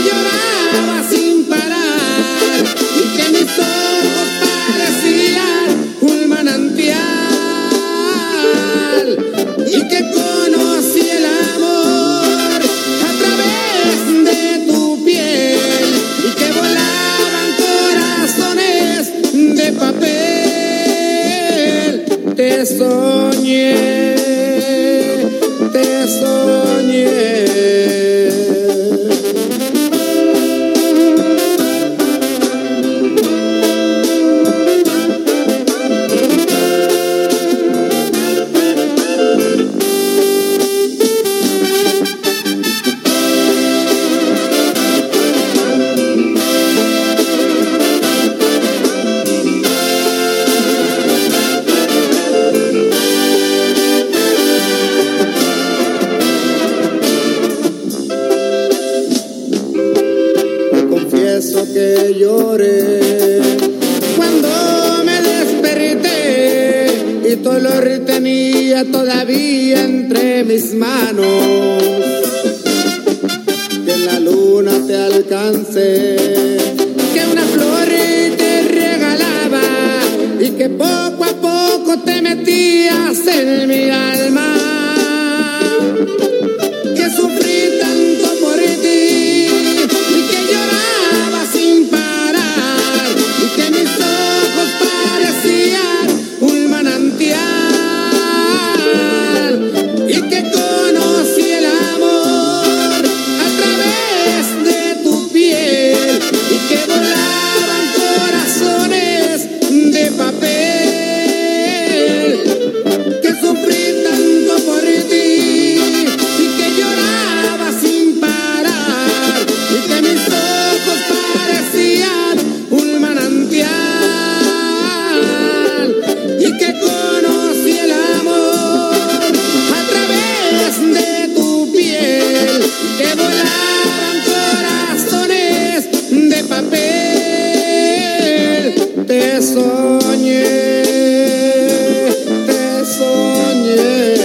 que lloré. Cuando me desperté y tu olor tenía todavía entre mis manos, que en la luna te alcancé, que una flor te regalaba y que poco a poco te metías en mi alma, que sufrí tanto por ti y que lloraba sin parar y que mis ojos parecían un manantial y que conocí el amor a través de tu piel y que volaban corazones de papel, que sufrí tanto por ti y que lloraba sin parar y que mis ojos parecían un manantial y que conocí el amor a través de tu piel, que volaban corazones de papel. Te soñé, te soñé.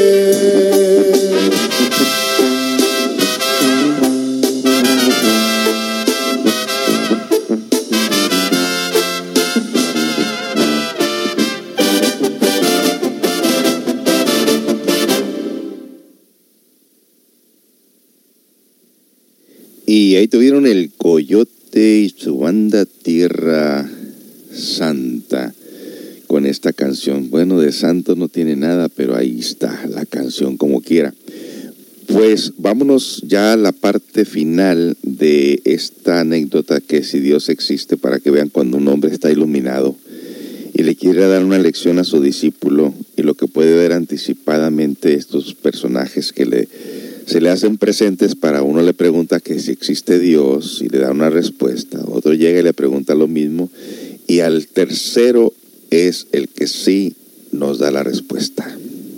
Y ahí tuvieron el Coyote y su banda Tierra Santa con esta canción. Bueno, de santo no tiene nada, pero ahí está la canción como quiera. Pues vámonos ya a la parte final de esta anécdota, que si Dios existe, para que vean cuando un hombre está iluminado y le quiere dar una lección a su discípulo, y lo que puede ver anticipadamente estos personajes que se le hacen presentes. Para uno le pregunta que si existe Dios y le da una respuesta, otro llega y le pregunta lo mismo, y al tercero es el que sí nos da la respuesta.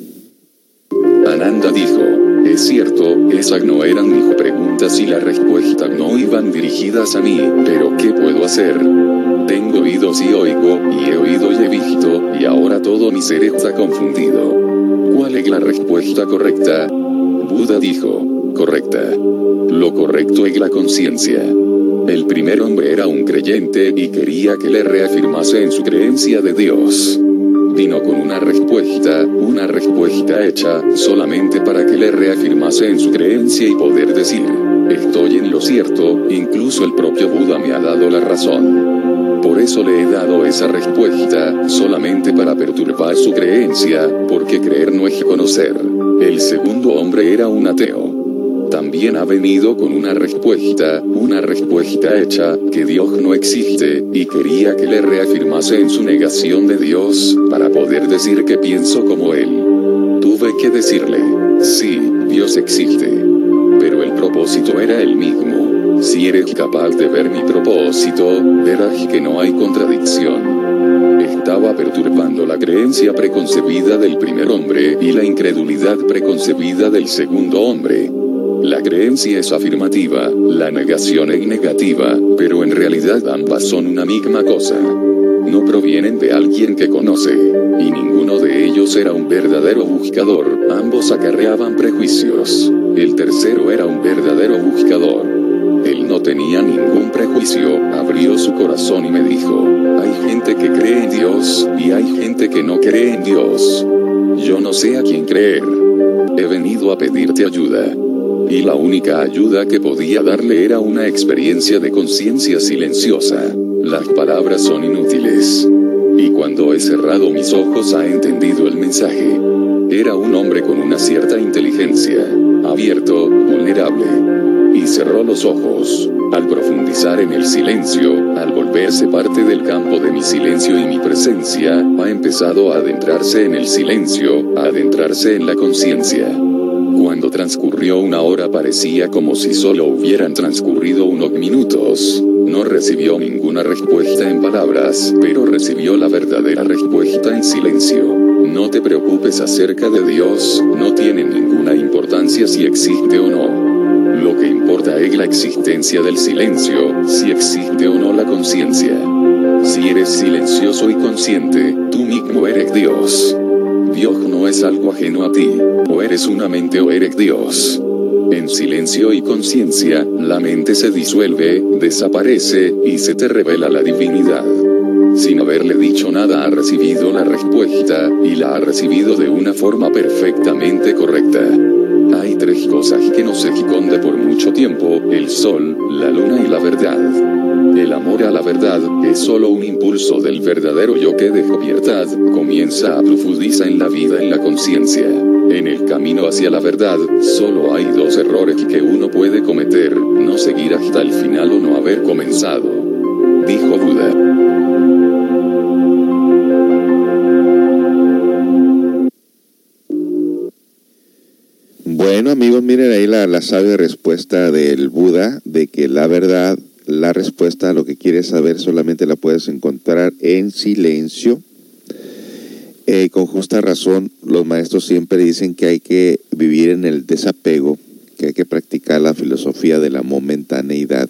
Ananda dijo, es cierto, esas no eran mis preguntas y las respuestas no iban dirigidas a mí, pero ¿qué puedo hacer? Tengo oídos y oigo, y he oído y he visto, y ahora todo mi ser está confundido. ¿Cuál es la respuesta correcta? Buda dijo, correcta. Lo correcto es la conciencia. El primer hombre era un creyente y quería que le reafirmase en su creencia de Dios. Vino con una respuesta hecha solamente para que le reafirmase en su creencia y poder decir, estoy en lo cierto, incluso el propio Buda me ha dado la razón. Por eso le he dado esa respuesta, solamente para perturbar su creencia, porque creer no es conocer. El segundo hombre era un ateo. También ha venido con una respuesta hecha, que Dios no existe, y quería que le reafirmase en su negación de Dios, para poder decir que pienso como él. Tuve que decirle, sí, Dios existe. Pero el propósito era el mismo. Si eres capaz de ver mi propósito, verás que no hay contradicción. Estaba perturbando la creencia preconcebida del primer hombre y la incredulidad preconcebida del segundo hombre. La creencia es afirmativa, la negación es negativa, pero en realidad ambas son una misma cosa. No provienen de alguien que conoce, y ninguno de ellos era un verdadero buscador, ambos acarreaban prejuicios. El tercero era un verdadero buscador. Él no tenía ningún prejuicio, abrió su corazón y me dijo, hay gente que cree en Dios, y hay gente que no cree en Dios. Yo no sé a quién creer. He venido a pedirte ayuda. Y la única ayuda que podía darle era una experiencia de conciencia silenciosa. Las palabras son inútiles. Y cuando he cerrado mis ojos ha entendido el mensaje. Era un hombre con una cierta inteligencia, abierto, vulnerable. Y cerró los ojos. Al profundizar en el silencio, al volverse parte del campo de mi silencio y mi presencia, ha empezado a adentrarse en el silencio, a adentrarse en la conciencia. Cuando transcurrió una hora parecía como si solo hubieran transcurrido unos minutos. No recibió ninguna respuesta en palabras, pero recibió la verdadera respuesta en silencio. No te preocupes acerca de Dios, no tiene ninguna importancia si existe o no. Lo que importa es la existencia del silencio, si existe o no la conciencia. Si eres silencioso y consciente, tú mismo eres Dios. Dios no es algo ajeno a ti, o eres una mente o eres Dios. En silencio y conciencia, la mente se disuelve, desaparece, y se te revela la divinidad. Sin haberle dicho nada ha recibido la respuesta, y la ha recibido de una forma perfectamente correcta. Hay tres cosas que nos esconde por mucho tiempo: el sol, la luna y la verdad. El amor a la verdad es solo un impulso del verdadero yo que despierta, comienza a profundizar en la vida, en la conciencia. En el camino hacia la verdad, solo hay dos errores que uno puede cometer: no seguir hasta el final o no haber comenzado. Dijo Buda. Bueno, amigos, miren ahí la sabia respuesta del Buda, de que la verdad, la respuesta a lo que quieres saber solamente la puedes encontrar en silencio. Con justa razón, los maestros siempre dicen que hay que vivir en el desapego, que hay que practicar la filosofía de la momentaneidad.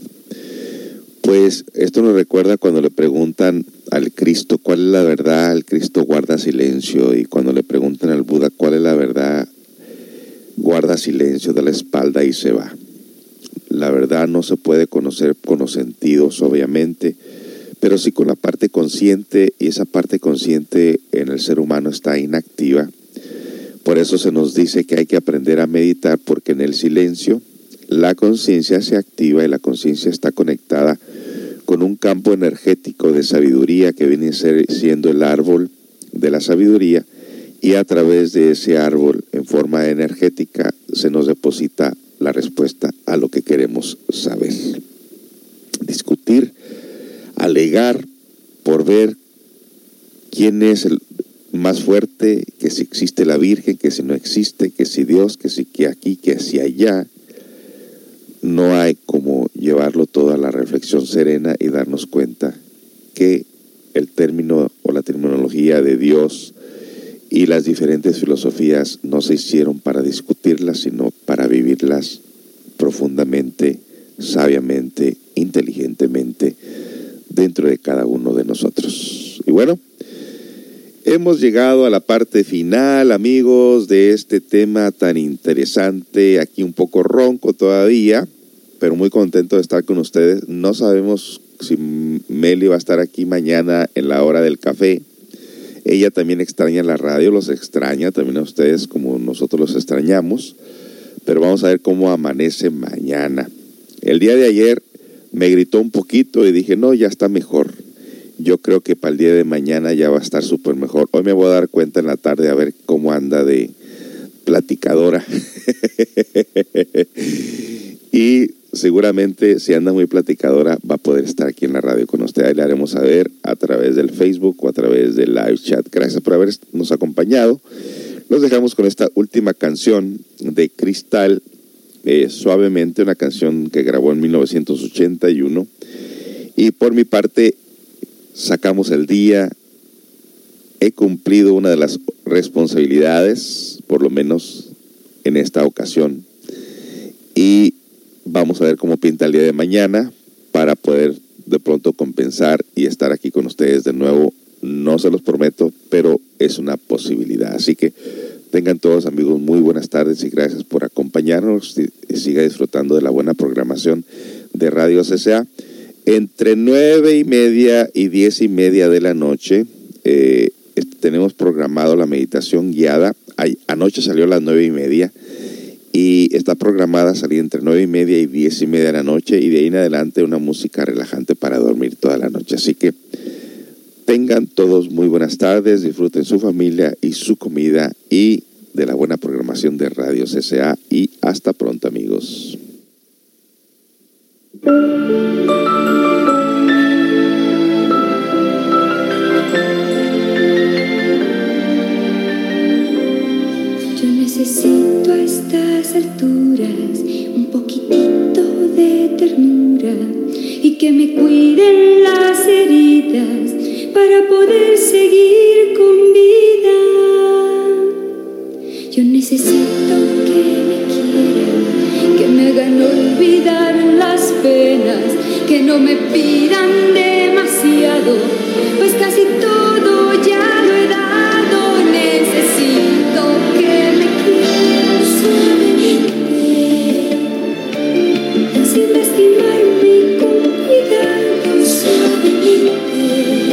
Pues esto nos recuerda cuando le preguntan al Cristo cuál es la verdad, el Cristo guarda silencio, y cuando le preguntan al Buda cuál es la verdad, guarda silencio, da la espalda y se va. La verdad no se puede conocer con los sentidos, obviamente, pero sí con la parte consciente, y esa parte consciente en el ser humano está inactiva. Por eso se nos dice que hay que aprender a meditar, porque en el silencio la conciencia se activa, y la conciencia está conectada con un campo energético de sabiduría que viene siendo el árbol de la sabiduría, y a través de ese árbol en forma energética se nos deposita la respuesta a lo que queremos saber. Discutir, alegar por ver quién es el más fuerte, que si existe la Virgen, que si no existe, que si Dios, que si que aquí, que si allá. No hay como llevarlo todo a la reflexión serena y darnos cuenta que el término o la terminología de Dios y las diferentes filosofías no se hicieron para discutirlas, sino para vivirlas profundamente, sabiamente, inteligentemente dentro de cada uno de nosotros. Y bueno, hemos llegado a la parte final, amigos, de este tema tan interesante. Aquí un poco ronco todavía, pero muy contento de estar con ustedes. No sabemos si Meli va a estar aquí mañana en la hora del café. Ella también extraña la radio, los extraña también a ustedes como nosotros los extrañamos. Pero vamos a ver cómo amanece mañana. El día de ayer me gritó un poquito y dije, no, ya está mejor. Yo creo que para el día de mañana ya va a estar súper mejor. Hoy me voy a dar cuenta en la tarde a ver cómo anda de platicadora. Y seguramente si anda muy platicadora va a poder estar aquí en la radio con usted. Ahí le haremos saber a través del Facebook o a través del live chat. Gracias por habernos acompañado. Los dejamos con esta última canción de Cristal, Suavemente, una canción que grabó en 1981. Y por mi parte, sacamos el día. He cumplido una de las responsabilidades, por lo menos en esta ocasión. Y vamos a ver cómo pinta el día de mañana para poder de pronto compensar y estar aquí con ustedes de nuevo. No se los prometo, pero es una posibilidad. Así que tengan todos, amigos, muy buenas tardes y gracias por acompañarnos. Y siga disfrutando de la buena programación de Radio CCA. Entre 9:30 y 10:30 de la noche tenemos programado la meditación guiada. Anoche salió a las 9:30 y está programada a salir entre 9:30 y 10:30 de la noche, y de ahí en adelante una música relajante para dormir toda la noche. Así que tengan todos muy buenas tardes, disfruten su familia y su comida y de la buena programación de Radio CCA, y hasta pronto, amigos. Yo necesito a estas alturas un poquitito de ternura y que me cuiden las heridas para poder seguir con vida. Yo necesito que me quieran, que me hagan olvidar las penas, que que no me pidan demasiado, pues casi todo ya lo he dado. Necesito que me quieras suavemente, sin lastimarme y con cuidado, suavemente,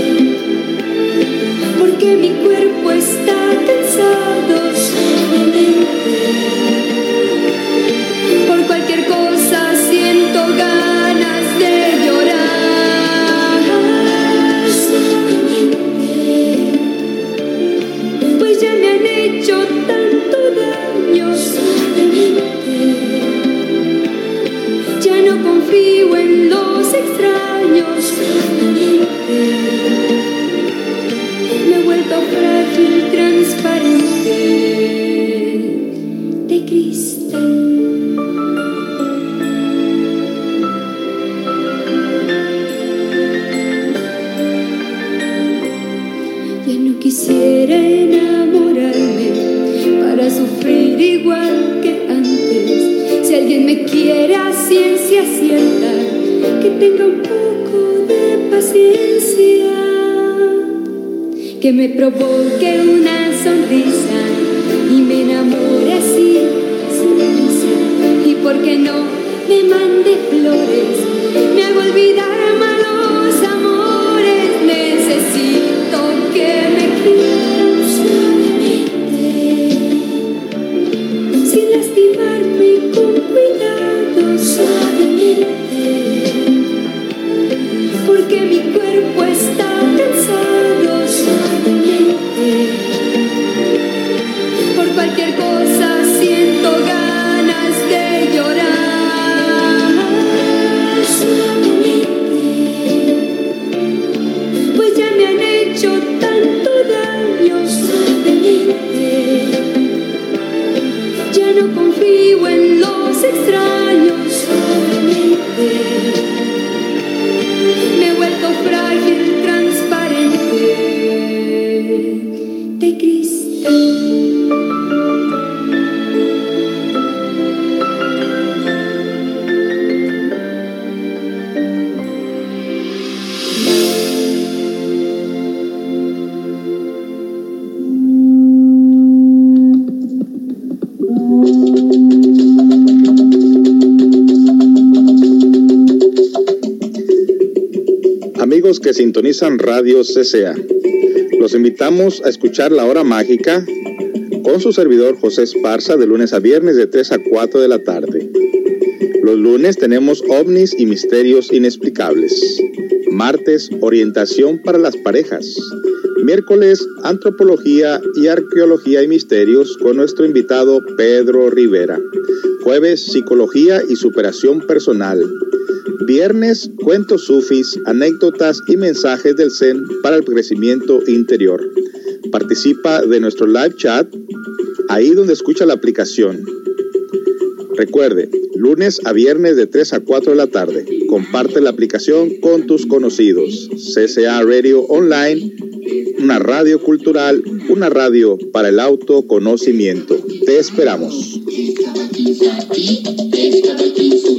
porque mi cuerpo está cansado, suavemente. Por cualquier cosa siento ganas de llorar, pues ya me han hecho tanto daño, ya no confío en los extraños, me he vuelto frágil, transparente, de cristal. Quisiera enamorarme para sufrir igual que antes. Si alguien me quiere a ciencia cierta, que tenga un poco de paciencia, que me provoque una sonrisa y me enamore así, sin prisa. Y por qué no me mande flores, me haga olvidar malos amores. Necesito que me quieras suavemente, sin lastimarme y con cuidado, suavemente, porque mi cuerpo está cansado, suavemente. Por cualquier cosa siento ganas de llorar, suavemente, pues ya me han hecho tanto daño, suavemente, ya no confío en los extraños, suavemente, me he vuelto frágil, transparente, de cristal. Amigos que sintonizan Radio CCA, los invitamos a escuchar La Hora Mágica con su servidor José Esparza de lunes a viernes de 3 a 4 de la tarde. Los lunes tenemos ovnis y misterios inexplicables. Martes, orientación para las parejas. Miércoles, antropología y arqueología y misterios con nuestro invitado Pedro Rivera. Jueves, psicología y superación personal. Viernes, cuentos sufis, anécdotas y mensajes del Zen para el crecimiento interior. Participa de nuestro live chat, ahí donde escucha la aplicación. Recuerde, lunes a viernes de 3 a 4 de la tarde. Comparte la aplicación con tus conocidos. CCA Radio Online, una radio cultural, una radio para el autoconocimiento. Te esperamos.